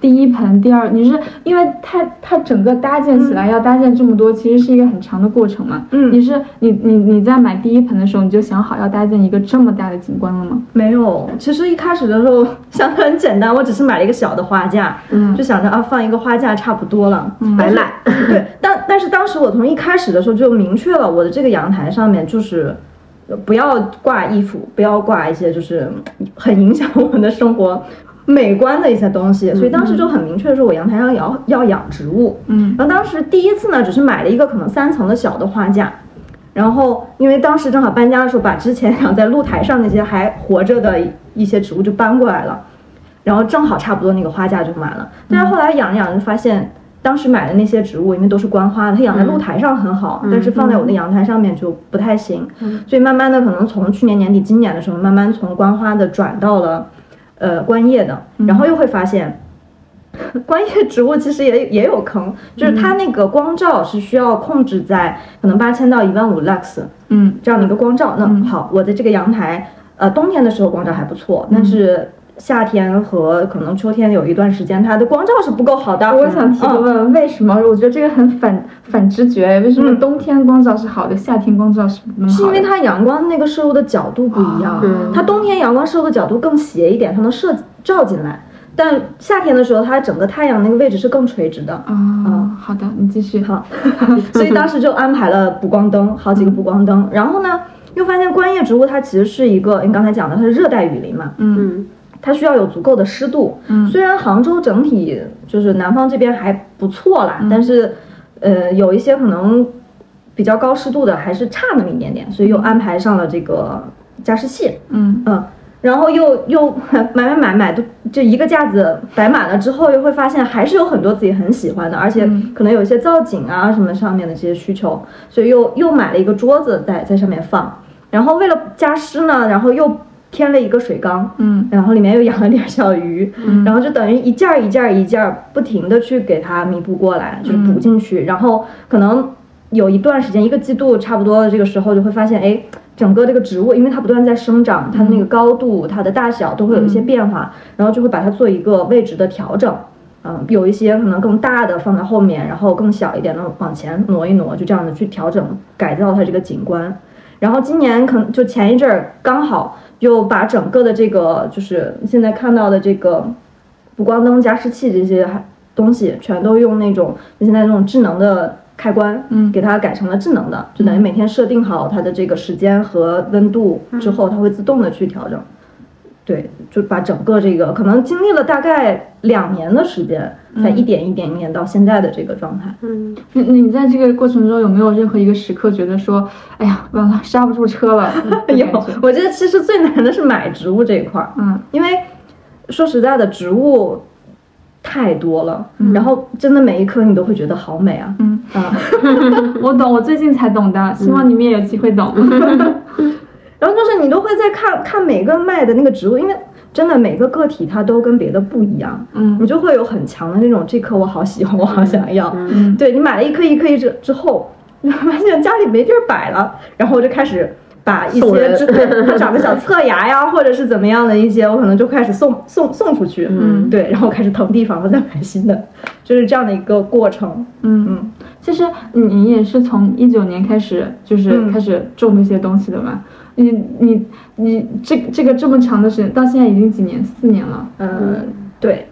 第一盆、第二，你是因为它整个搭建起来要搭建这么多，其实是一个很长的过程嘛。你在买第一盆的时候，你就想好要搭建一个这么大的景观了吗？ 没有，其实一开始的时候想的很简单，我只是买了一个小的花架，就想着放一个花架差不多了， 白买。 对，但是当时我从一开始的时候就明确了，我的这个阳台上面就是不要挂衣服，不要挂一些就是很影响我们的生活美观的一些东西，所以当时就很明确的说，我阳台上要养植物。然后当时第一次呢，只是买了一个可能3层的小的花架，然后因为当时正好搬家的时候，把之前养在露台上那些还活着的一些植物就搬过来了，然后正好差不多那个花架就满了。但是后来养着养着就发现，当时买的那些植物因为都是观花的，它养在露台上很好，但是放在我的阳台上面就不太行。所以慢慢的可能从去年年底今年的时候，慢慢从观花的转到了观叶的，然后又会发现观叶植物其实也有坑，就是它那个光照是需要控制在可能8000到15000 lux，这样的一个光照。那好，我的这个阳台冬天的时候光照还不错，但是夏天和可能秋天有一段时间它的光照是不够好的。 我想提个问，为什么？我觉得这个很反直觉，为什么冬天光照是好的，夏天光照是不那么好的？ 是因为它阳光那个摄入的角度不一样，它冬天阳光摄入的角度更斜一点，它能照进来。但夏天的时候，它整个太阳那个位置是更垂直的。 好的，你继续。 好，所以当时就安排了补光灯，好几个补光灯。然后呢，又发现观叶植物它其实是一个，你刚才讲的它是热带雨林嘛，它需要有足够的湿度。虽然杭州整体就是南方这边还不错啦，但是有一些可能比较高湿度的还是差那么一点点，所以又安排上了这个加湿器。然后又买，都这一个架子摆满了之后，又会发现还是有很多自己很喜欢的，而且可能有一些造景啊什么上面的这些需求，所以又买了一个桌子在上面放。然后为了加湿呢，然后又添了一个水缸，然后里面又养了点小鱼，然后就等于一件一件不停的去给它弥补过来，就是补进去。然后可能有一段时间，1个季度差不多这个时候就会发现，哎，整个这个植物因为它不断在生长，它的那个高度、它的大小都会有一些变化，然后就会把它做一个位置的调整。有一些可能更大的放在后面，然后更小一点的往前挪一挪，就这样的去调整改造它这个景观。然后今年可能就前一阵儿刚好又把整个的这个就是现在看到的这个补光灯、加湿器这些东西，全都用那种就现在那种智能的开关，给它改成了智能的，就等于每天设定好它的这个时间和温度之后，它会自动的去调整。对，就把整个这个可能经历了大概2年的时间，才一点一点到现在的这个状态。 你在这个过程中有没有任何一个时刻觉得说，哎呀，完了，刹不住车了？ 有，我觉得其实最难的是买植物这一块儿，因为说实在的，植物太多了，然后真的每一棵你都会觉得好美啊。 我懂，我最近才懂的，希望你们也有机会懂。 然后就是你都会在看每个卖的那个植物，因为真的每个个体它都跟别的不一样，你就会有很强的那种这棵我好喜欢，我好想要。对，你买了一棵之后，你会发现家里没地儿摆了，然后我就开始把一些它长得小侧芽呀，或者是怎么样的一些，我可能就开始送出去。对，然后开始腾地方，再买新的，就是这样的一个过程。 其实你也是从19年开始，就是开始种这些东西的吧？你这个这么长的时间，到现在已经几年？4年了。 对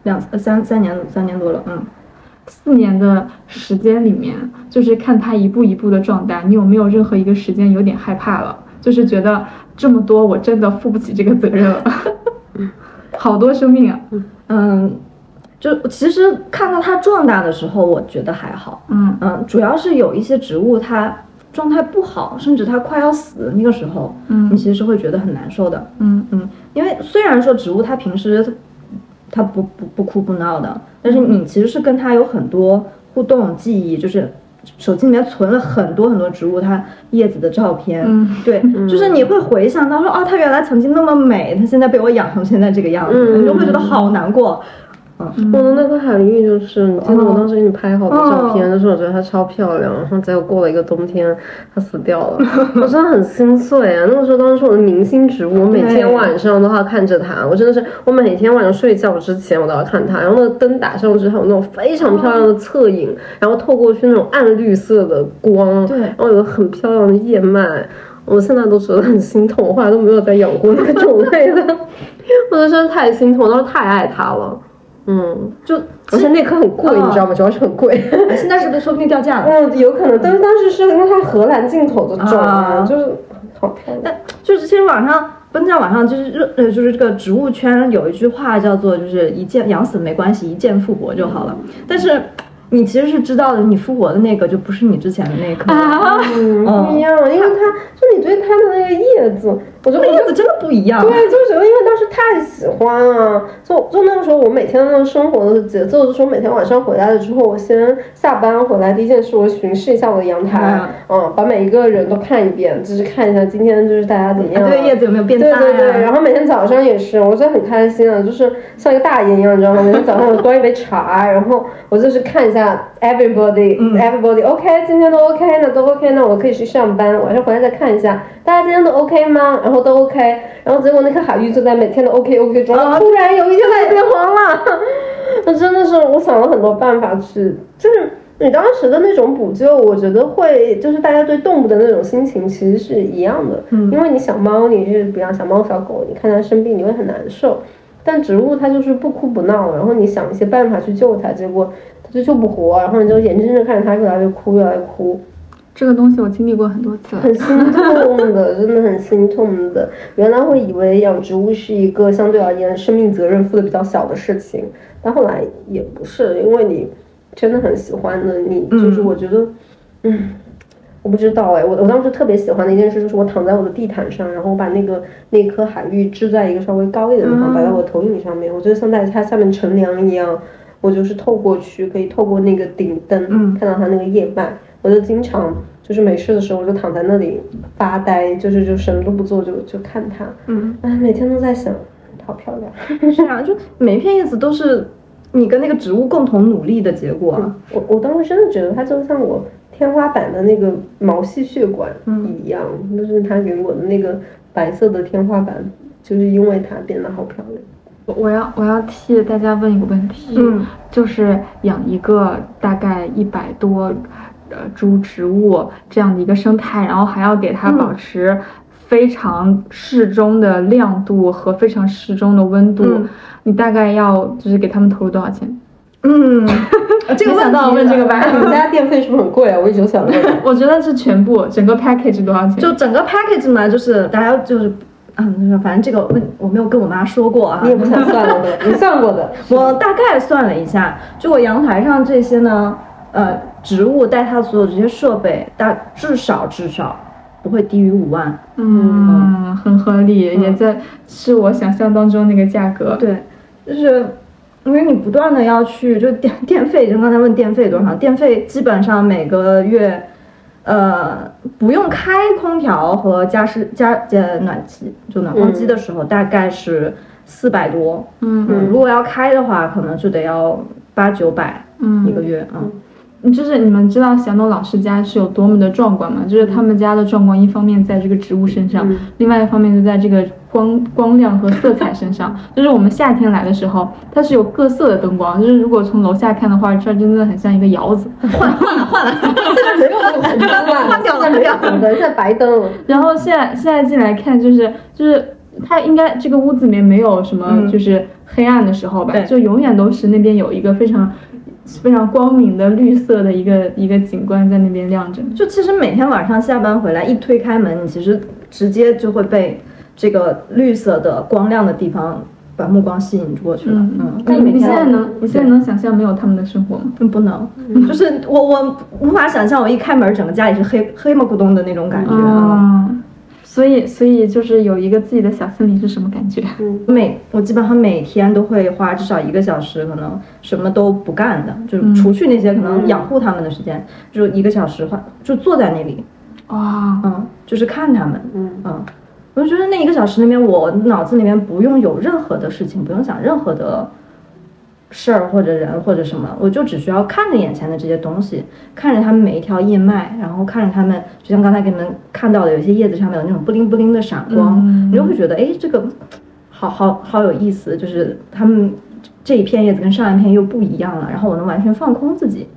，3年多了。 4年的时间里面，就是看它一步一步的壮大，你有没有任何一个时间有点害怕了？就是觉得这么多我真的负不起这个责任了。好多生命啊。 就其实看到它壮大的时候，我觉得还好。主要是有一些植物它状态不好，甚至它快要死那个时候，你其实是会觉得很难受的。因为虽然说植物它平时它不哭不闹的，但是你其实是跟它有很多互动记忆，就是手机里面存了很多很多植物它叶子的照片。对，就是你会回想到说，它原来曾经那么美，它现在被我养成现在这个样子，你就会觉得好难过。 我的那个海芋就是你记得我当时给你拍好的照片，就是我觉得它超漂亮，然后结果过了一个冬天它死掉了，我真的很心碎啊。那个时候当时是我的明星植物，我每天晚上都要看着它，我真的是我每天晚上睡觉之前我都要看它，然后那个灯打上之后有那种非常漂亮的侧影，然后透过去那种暗绿色的光， 对， 然后有很漂亮的叶脉，我现在都觉得很心痛，我后来都没有再养过那个种类的，我真的太心痛，我当时太爱它了。而且那颗很贵，你知道吗？主要是很贵。 现在是不是说不定掉价了？ 有可能，但是当时是因为它荷兰进口的种就是好漂亮。 但就是其实网上就是这个植物圈有一句话叫做就是一见养死没关系，一见复活就好了。但是你其实是知道的，你复活的那个就不是你之前的那颗不一样，因为它就你对它的那个叶子，我觉得叶子真的不一样。 对，就是觉得因为当时太喜欢了，就那个时候我每天的那个生活的节奏，就是我每天晚上回来了之后，我先下班回来第一件事我巡视一下我的阳台，把每一个人都看一遍，就是看一下今天就是大家怎么样， 对叶子有没有变大呀？ 对，然后每天早上也是，我觉得很开心啊，就是像一个大爷一样，你知道吗？每天早上我端一杯茶，然后我就是看一下。Everybody OK， 今天都 OK， 那都 OK， 那我可以去上班，晚上回来再看一下，大家今天都 OK 吗？然后都 OK， 然后结果那颗海芋就在每天的 OK 中，突然有一天它也变黄了，那真的是我想了很多办法去，就是你当时的那种补救，我觉得会就是大家对动物的那种心情其实是一样的，因为你想猫，你是比方想猫小狗，你看它生病你会很难受，但植物它就是不哭不闹，然后你想一些办法去救它，结果就救不活，然后你就眼睁睁看着它越来越哭。 这个东西我经历过很多次， 很心痛的，真的很心痛的。原来会以为养植物是一个相对而言生命责任负的比较小的事情，但后来也不是，因为你真的很喜欢的，你就是我觉得，我不知道我当时特别喜欢的一件事就是我躺在我的地毯上，然后我把那颗海芋支在一个稍微高一点的地方，摆在我的投影上面，我觉得像在它下面乘凉一样。我就是透过去可以透过那个顶灯看到它那个叶脉，我就经常就是没事的时候我就躺在那里发呆，就什么都不做就看它，每天都在想好漂亮。 是啊，就每一片叶子都是你跟那个植物共同努力的结果啊。 我当时真的觉得它就像我天花板的那个毛细血管一样，就是它给我的那个白色的天花板，就是因为它变得好漂亮。 我要替大家问一个问题，就是养一个大概100多株植物这样的一个生态，然后还要给它保持非常适中的亮度和非常适中的温度，你大概要就是给他们投入多少钱？ 这个想到问这个吧， 你们家电费是不是很贵啊？我一直想问。 我觉得是全部整个 package 多少钱？ 就整个 package 嘛，就是大家就是。反正这个我没有跟我妈说过啊， 你也不想算了的，你算过的。 我大概算了一下，就我阳台上这些呢，植物带它所有这些设备，至少不会低于5万。 很合理，也是我想象当中那个价格。 对，就是因为你不断的要去，就电费，就刚才问电费多少，电费基本上每个月。不用开空调和加暖气，就暖风机的时候大概是400多。如果要开的话，可能就得要800-900一个月啊。 就是你们知道祥东老师家是有多么的壮观吗？就是他们家的壮观，一方面在这个植物身上，另外一方面就在这个光亮和色彩身上。就是我们夏天来的时候，它是有各色的灯光，就是如果从楼下看的话，这真的很像一个窑子。 换了，现在没有那种感觉了，换掉了， 现在白灯了。 然后现在进来看，就是它应该这个屋子里面没有什么就是黑暗的时候吧，就永远都是那边有一个非常光明的绿色的一个景观在那边亮着。 就其实每天晚上下班回来一推开门，你其实直接就会被这个绿色的光亮的地方把目光吸引过去了。 你现在能想象没有他们的生活吗？ 不能，就是我无法想象我一开门整个家里是黑嘛咕咚的那种感觉。 所以就是有一个自己的小森林是什么感觉？ 我基本上每天都会花至少1个小时，可能什么都不干的，就是除去那些可能养护他们的时间，就1个小时就坐在那里，就是看他们，我就觉得那1个小时里面，我脑子里面不用有任何的事情，不用想任何的事儿或者人或者什么，我就只需要看着眼前的这些东西，看着它们每一条叶脉，然后看着它们，就像刚才给你们看到的，有些叶子上面有那种布灵布灵的闪光，你就会觉得，哎，这个好有意思，就是它们这一片叶子跟上一片又不一样了，然后我能完全放空自己，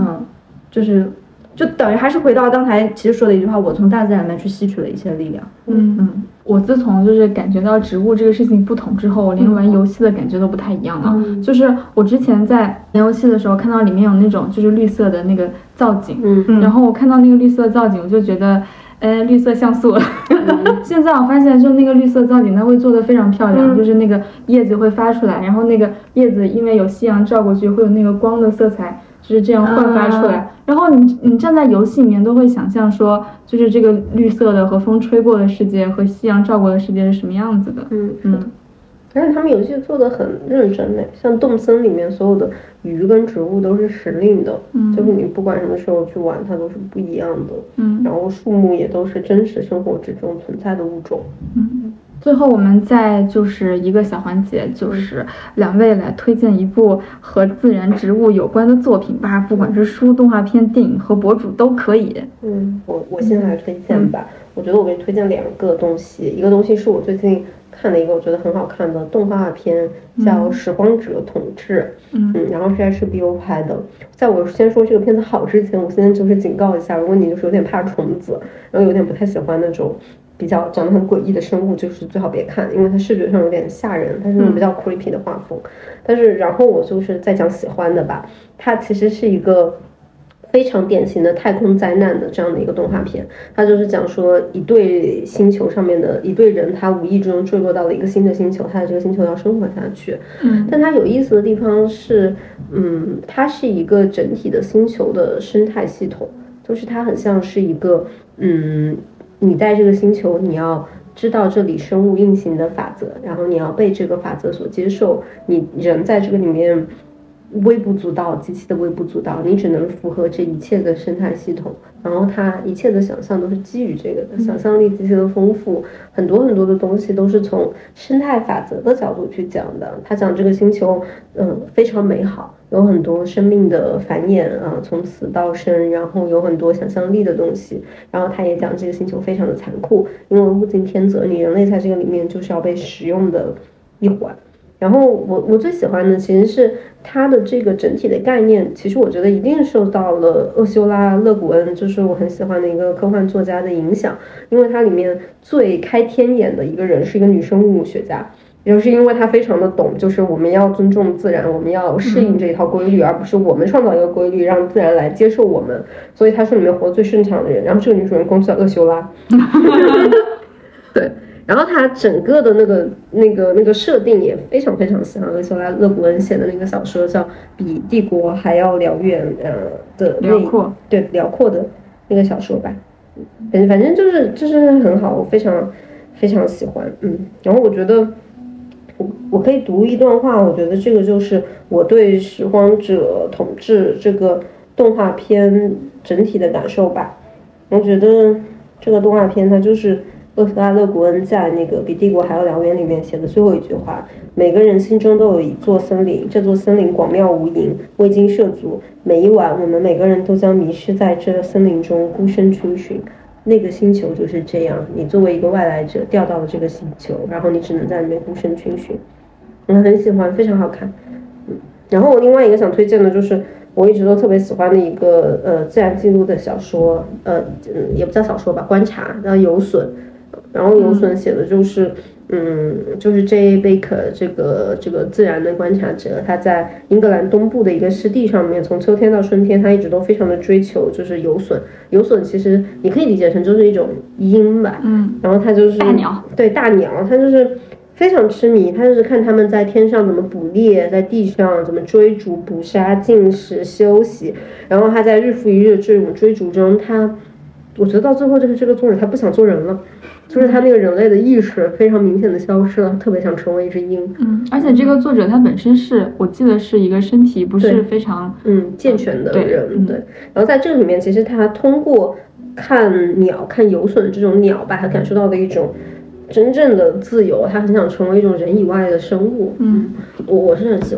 就等于还是回到刚才其实说的一句话，我从大自然里面去吸取了一些力量。 我自从就是感觉到植物这个事情不同之后，我连玩游戏的感觉都不太一样了。就是我之前在玩游戏的时候，看到里面有那种就是绿色的那个造景，然后我看到那个绿色造景，我就觉得，绿色像素。现在我发现，就那个绿色造景，它会做得非常漂亮，就是那个叶子会发出来，然后那个叶子因为有夕阳照过去，会有那个光的色彩。就是这样焕发出来，然后你站在游戏里面都会想象说，就是这个绿色的和风吹过的世界和夕阳照过的世界是什么样子的。 而且他们游戏做的很认真的，像动森里面所有的鱼跟植物都是时令的，就是你不管什么时候去玩，它都是不一样的。然后树木也都是真实生活之中存在的物种。 最后我们再就是一个小环节，就是两位来推荐一部和自然植物有关的作品吧，不管是书、动画片、电影和博主都可以。 我先来推荐吧。我觉得我给你推荐2个东西，一个东西是我最近看的一个我觉得很好看的动画片，叫《拾荒者统治》。然后是 HBO 拍的。在我先说这个片子好之前，我现在就是警告一下，如果你就是有点怕虫子，然后有点不太喜欢那种比较长得很诡异的生物，就是最好别看，因为它视觉上有点吓人，它是那种比较 creepy 的画风。但是然后我就是再讲喜欢的吧，它其实是一个非常典型的太空灾难的这样的一个动画片。它就是讲说一对星球上面的一对人，他无意中坠落到了一个新的星球，他在这个星球要生活下去。但它有意思的地方是，它是一个整体的星球的生态系统，就是它很像是一个你在这个星球，你要知道这里生物运行的法则，然后你要被这个法则所接受，你人在这个里面微不足道，极其的微不足道，你只能符合这一切的生态系统，然后它一切的想象都是基于这个的，想象力极其的丰富，很多很多的东西都是从生态法则的角度去讲的。他讲这个星球非常美好，有很多生命的繁衍从死到生，然后有很多想象力的东西。然后他也讲这个星球非常的残酷，因为物竞天择，你人类在这个里面就是要被使用的一环。然后我最喜欢的其实是它的这个整体的概念，其实我觉得一定受到了厄修拉·勒古恩，就是我很喜欢的一个科幻作家的影响，因为它里面最开天眼的一个人是一个女生物学家，也就是因为她非常的懂，就是我们要尊重自然，我们要适应这一套规律，而不是我们创造一个规律让自然来接受我们，所以她是里面活最顺畅的人。然后这个女主人公叫厄修拉对，然后它整个的那个设定也非常非常像厄修拉·勒古恩写的那个小说，叫《比帝国还要辽远的辽阔， 对，辽阔的那个小说吧。反正就是很好，我非常非常喜欢。然后我觉得我可以读一段话，我觉得这个就是我对《拾荒者统治》这个动画片整体的感受吧。我觉得这个动画片它就是厄修拉·勒古恩在那个《比帝国还要辽远》里面写的最后一句话：每个人心中都有一座森林，这座森林广袤无垠，未经涉足。每一晚，我们每个人都将迷失在这森林中，孤身追寻。那个星球就是这样，你作为一个外来者掉到了这个星球，然后你只能在里面孤身追寻。我很喜欢，非常好看。然后我另外一个想推荐的就是我一直都特别喜欢的一个自然记录的小说，也不叫小说吧，观察，叫游隼。然后游隼写的就是就是 J.A. Baker 这个自然的观察者，他在英格兰东部的一个湿地上面，从秋天到春天，他一直都非常的追求就是游隼。游隼其实你可以理解成就是一种鹰吧，然后它就是大鸟， 对，大鸟，它就是非常痴迷，他就是看他们在天上怎么捕猎，在地上怎么追逐、捕杀、进食、休息，然后他在日复一日这种追逐中，我觉得到最后这个作者他不想做人了。就是他那个人类的意识非常明显的消失了，特别想成为一只鹰。 而且这个作者他本身是我记得是一个身体不是非常健全的人，对。然后在这个里面，其实他通过看鸟、看游隼这种鸟吧，他感受到的一种真正的自由，他很想成为一种人以外的生物。我是很喜欢的。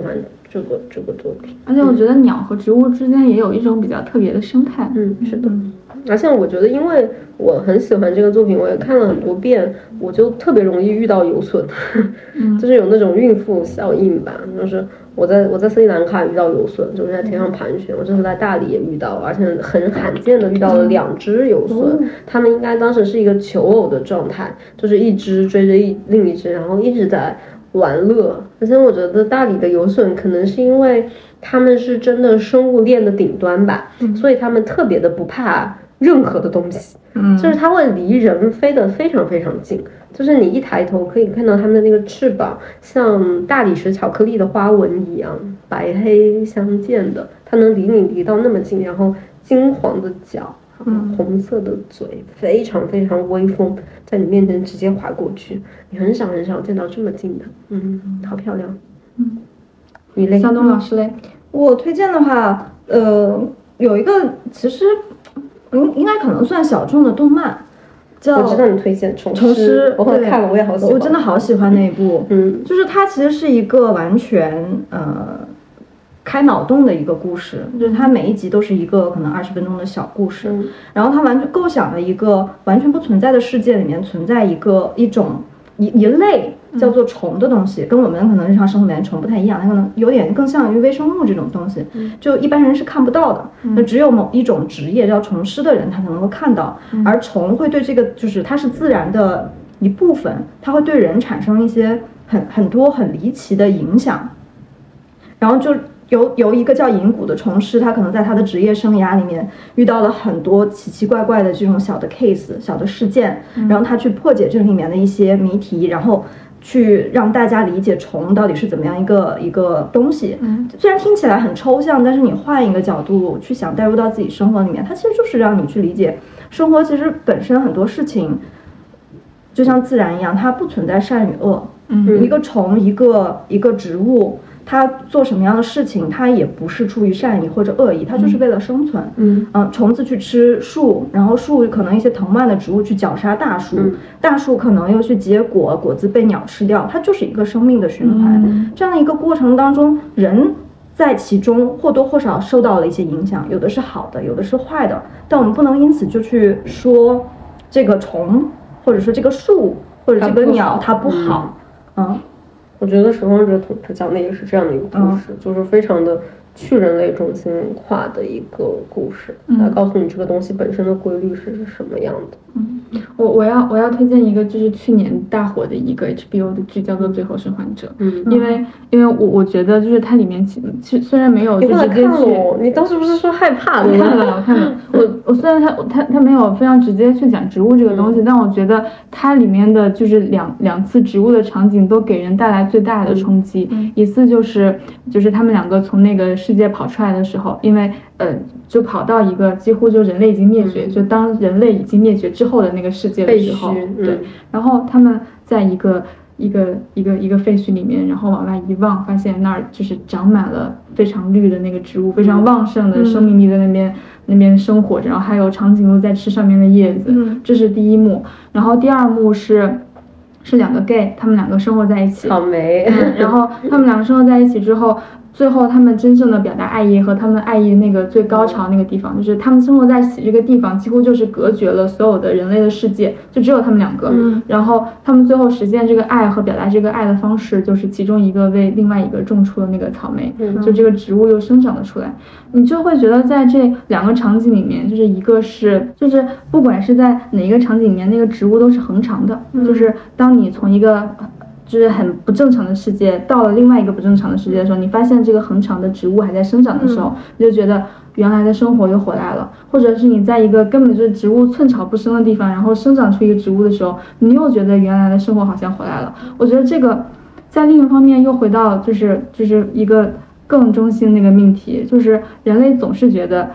这个作品。 而且我觉得鸟和植物之间也有一种比较特别的生态。 是的。而且我觉得，因为我很喜欢这个作品，我也看了很多遍，我就特别容易遇到游隼，就是有那种孕妇效应吧。就是我在斯里兰卡遇到游隼，就是在天上盘旋。我这次在大理也遇到，而且很罕见的遇到了2只游隼，它们应该当时是一个求偶的状态，就是一只追着另一只，然后一直在玩乐。而且我觉得大理的游隼可能是因为他们是真的生物链的顶端吧，所以他们特别的不怕任何的东西，就是它会离人飞得非常非常近，就是你一抬头可以看到它们的那个翅膀像大理石巧克力的花纹一样白黑相间的，它能离你离到那么近，然后金黄的脚，红色的嘴，非常非常威风，在你面前直接划过去，你很少很少见到这么近的，好漂亮。你嘞？ 向东老师嘞？ 我推荐的话，有一个其实应该可能算小众的动漫，叫我知道你推荐虫师， 我看了，我也好喜欢， 我真的好喜欢那一部。就是它其实是一个完全开脑洞的一个故事，就是它每一集都是一个可能20分钟的小故事，然后它完全构想了一个完全不存在的世界里面存在一种一类叫做虫的东西，跟我们可能日常生活里面虫不太一样，它可能有点更像于微生物这种东西，就一般人是看不到的，那只有某一种职业叫虫师的人他才能够看到，而虫会对这个就是它是自然的一部分，它会对人产生一些很多很离奇的影响，然后就由一个叫银谷的虫师，他可能在他的职业生涯里面遇到了很多奇奇怪怪的这种小的 case 小的事件，然后他去破解这里面的一些谜题，然后去让大家理解虫到底是怎么样一个东西。虽然听起来很抽象，但是你换一个角度去想，带入到自己生活里面，它其实就是让你去理解生活其实本身很多事情就像自然一样，它不存在善与恶。一个虫一个植物，它做什么样的事情，它也不是出于善意或者恶意，它就是为了生存。虫子去吃树，然后树可能一些藤蔓的植物去绞杀大树，大树可能又去结果，果子被鸟吃掉，它就是一个生命的循环。这样的一个过程当中，人在其中或多或少受到了一些影响，有的是好的，有的是坏的，但我们不能因此就去说这个虫，或者说这个树，或者这个鸟它不好。 我觉得《守望者统》他讲的也是这样的一个故事，就是非常的去人类中心化的一个故事，来告诉你这个东西本身的规律是什么样的。 我要推荐一个就是去年大火的一个 HBO 的剧，叫做《最后生还者》。因为我觉得就是它里面其实虽然没有就直接去， 你当时不是说害怕的？ 我看了。我虽然它没有非常直接去讲植物这个东西，但我觉得它里面的就是两次植物的场景都给人带来最大的冲击。一次就是他们两个从那个世界跑出来的时候，因为就跑到一个几乎就人类已经灭绝，就当人类已经灭绝之后的那个世界的时候，对，然后他们在一个废墟里面，然后往外一望，发现那儿就是长满了非常绿的那个植物，非常旺盛的生命力在那边生活着，然后还有长颈鹿在吃上面的叶子，这是第一幕。然后第二幕是两个 gay， 他们两个生活在一起， 草莓， 然后他们两个生活在一起之后。最后他们真正的表达爱意和他们爱意那个最高潮那个地方，就是他们生活在一起这个地方几乎就是隔绝了所有的人类的世界，就只有他们两个。然后他们最后实现这个爱和表达这个爱的方式，就是其中一个为另外一个种出了那个草莓，就这个植物又生长了出来。你就会觉得在这两个场景里面，就是一个是就是不管是在哪一个场景里面，那个植物都是恒长的，就是当你从一个就是很不正常的世界到了另外一个不正常的世界的时候，你发现这个恒长的植物还在生长的时候，你就觉得原来的生活又回来了。或者是你在一个根本就是植物寸草不生的地方，然后生长出一个植物的时候，你又觉得原来的生活好像回来了。我觉得这个在另一方面又回到就是一个更中心那个命题，就是人类总是觉得第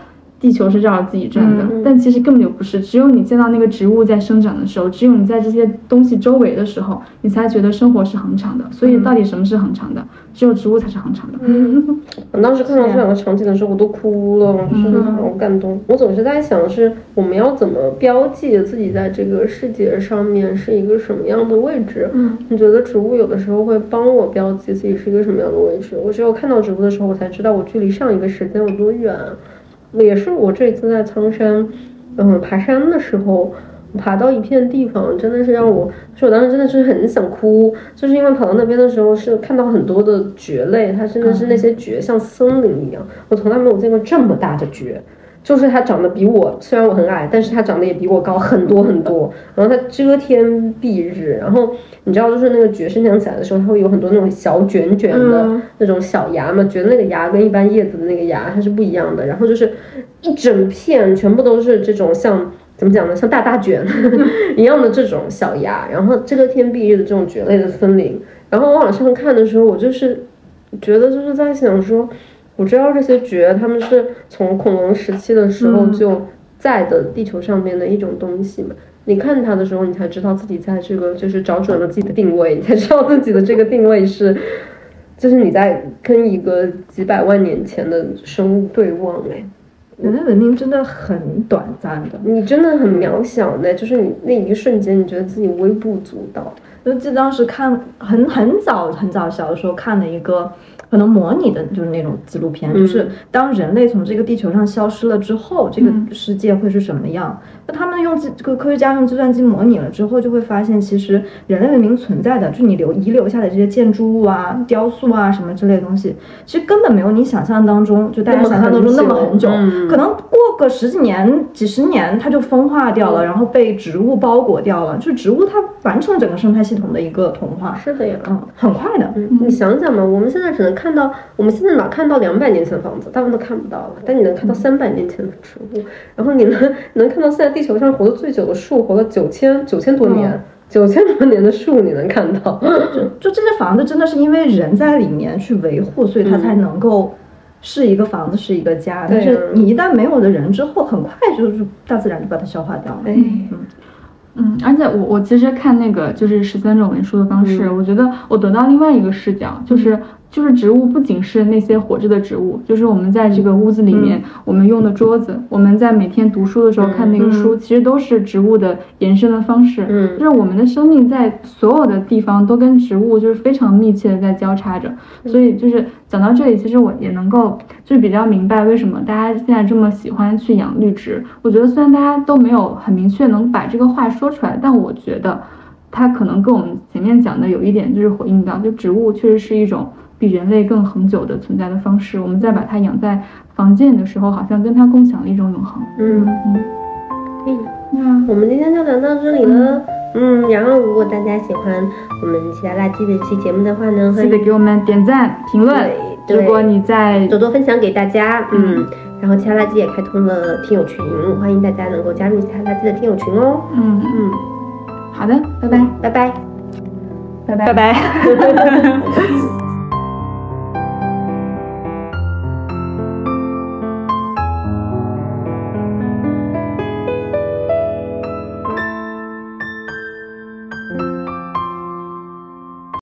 地球是绕着自己转的，但其实根本就不是。只有你见到那个植物在生长的时候，只有你在这些东西周围的时候，你才觉得生活是恒长的。所以到底什么是恒长的？只有植物才是恒长的。 我当时看到这两个场景的时候，我都哭了，就是好感动。我总是在想，是我们要怎么标记自己在这个世界上面是一个什么样的位置？你觉得植物有的时候会帮我标记自己是一个什么样的位置？我只有看到植物的时候，我才知道我距离上一个时间有多远。也是我这次在苍山，爬山的时候，爬到一片地方，真的是让我当时真的是很想哭，就是因为跑到那边的时候是看到很多的蕨类，它真的是那些蕨像森林一样，我从来没有见过这么大的蕨。就是它长得比我，虽然我很矮，但是它长得也比我高很多很多。然后它遮天蔽日，然后你知道，就是那个蕨生长起来的时候，它会有很多那种小卷卷的那种小芽嘛。蕨的那个芽跟一般叶子的那个芽它是不一样的。然后就是一整片全部都是这种像怎么讲呢，像大卷一样的这种小芽，然后遮天蔽日的这种蕨类的森林。然后我往上看的时候，我就是觉得就是在想说。我知道这些蕨，它们是从恐龙时期的时候就在的地球上面的一种东西嘛。你看它的时候，你才知道自己在这个就是找准了自己的定位，你才知道自己的这个定位是，就是你在跟一个几百万年前的生物对望人类文明真的很短暂的， 你真的很渺小的，就是你那一个瞬间，你觉得自己微不足道。 就记得当时看很早小的时候看的一个可能模拟的就是那种纪录片，就是当人类从这个地球上消失了之后，这个世界会是什么样？那他们用这个科学家用计算机模拟了之后，就会发现其实人类文明存在的，就是你遗留下的这些建筑物啊、雕塑啊什么之类的东西，其实根本没有你想象当中，就大家想象当中那么很久，可能过个十几年、几十年它就风化掉了，然后被植物包裹掉了。就是植物它完成整个生态系统的一个同化。 是的呀， 很快的。 你想想嘛，我们现在只能看到，我们现在哪看到200年前的房子，大部分都看不到了。但你能看到300年前的植物，然后你能看到现在地球上活得最久的树，活了9000多年。9000多年的树你能看到， 就这些房子真的是因为人在里面去维护，所以它才能够是一个房子，是一个家。但是你一旦没有了人之后，很快就是大自然就把它消化掉了。 而且我其实看那个就是13种文书的方式，我觉得我得到另外一个视角，就是植物不仅是那些活着的植物，就是我们在这个屋子里面我们用的桌子，我们在每天读书的时候看那个书，其实都是植物的延伸的方式。就是我们的生命在所有的地方都跟植物就是非常密切的在交叉着。所以就是讲到这里，其实我也能够就是比较明白为什么大家现在这么喜欢去养绿植。我觉得虽然大家都没有很明确能把这个话说出来，但我觉得它可能跟我们前面讲的有一点就是回应到，就植物确实是一种比人类更恒久的存在的方式。我们在把它养在房间里的时候，好像跟它共享了一种永恒。 那我们今天就聊到这里了。然后如果大家喜欢我们其他垃圾的这期节目的话呢， 记得给我们点赞评论。如果你在多多分享给大家。然后其他垃圾也开通了听友群，欢迎大家能够加入其他垃圾的听友群哦。 好的，拜拜。 拜拜。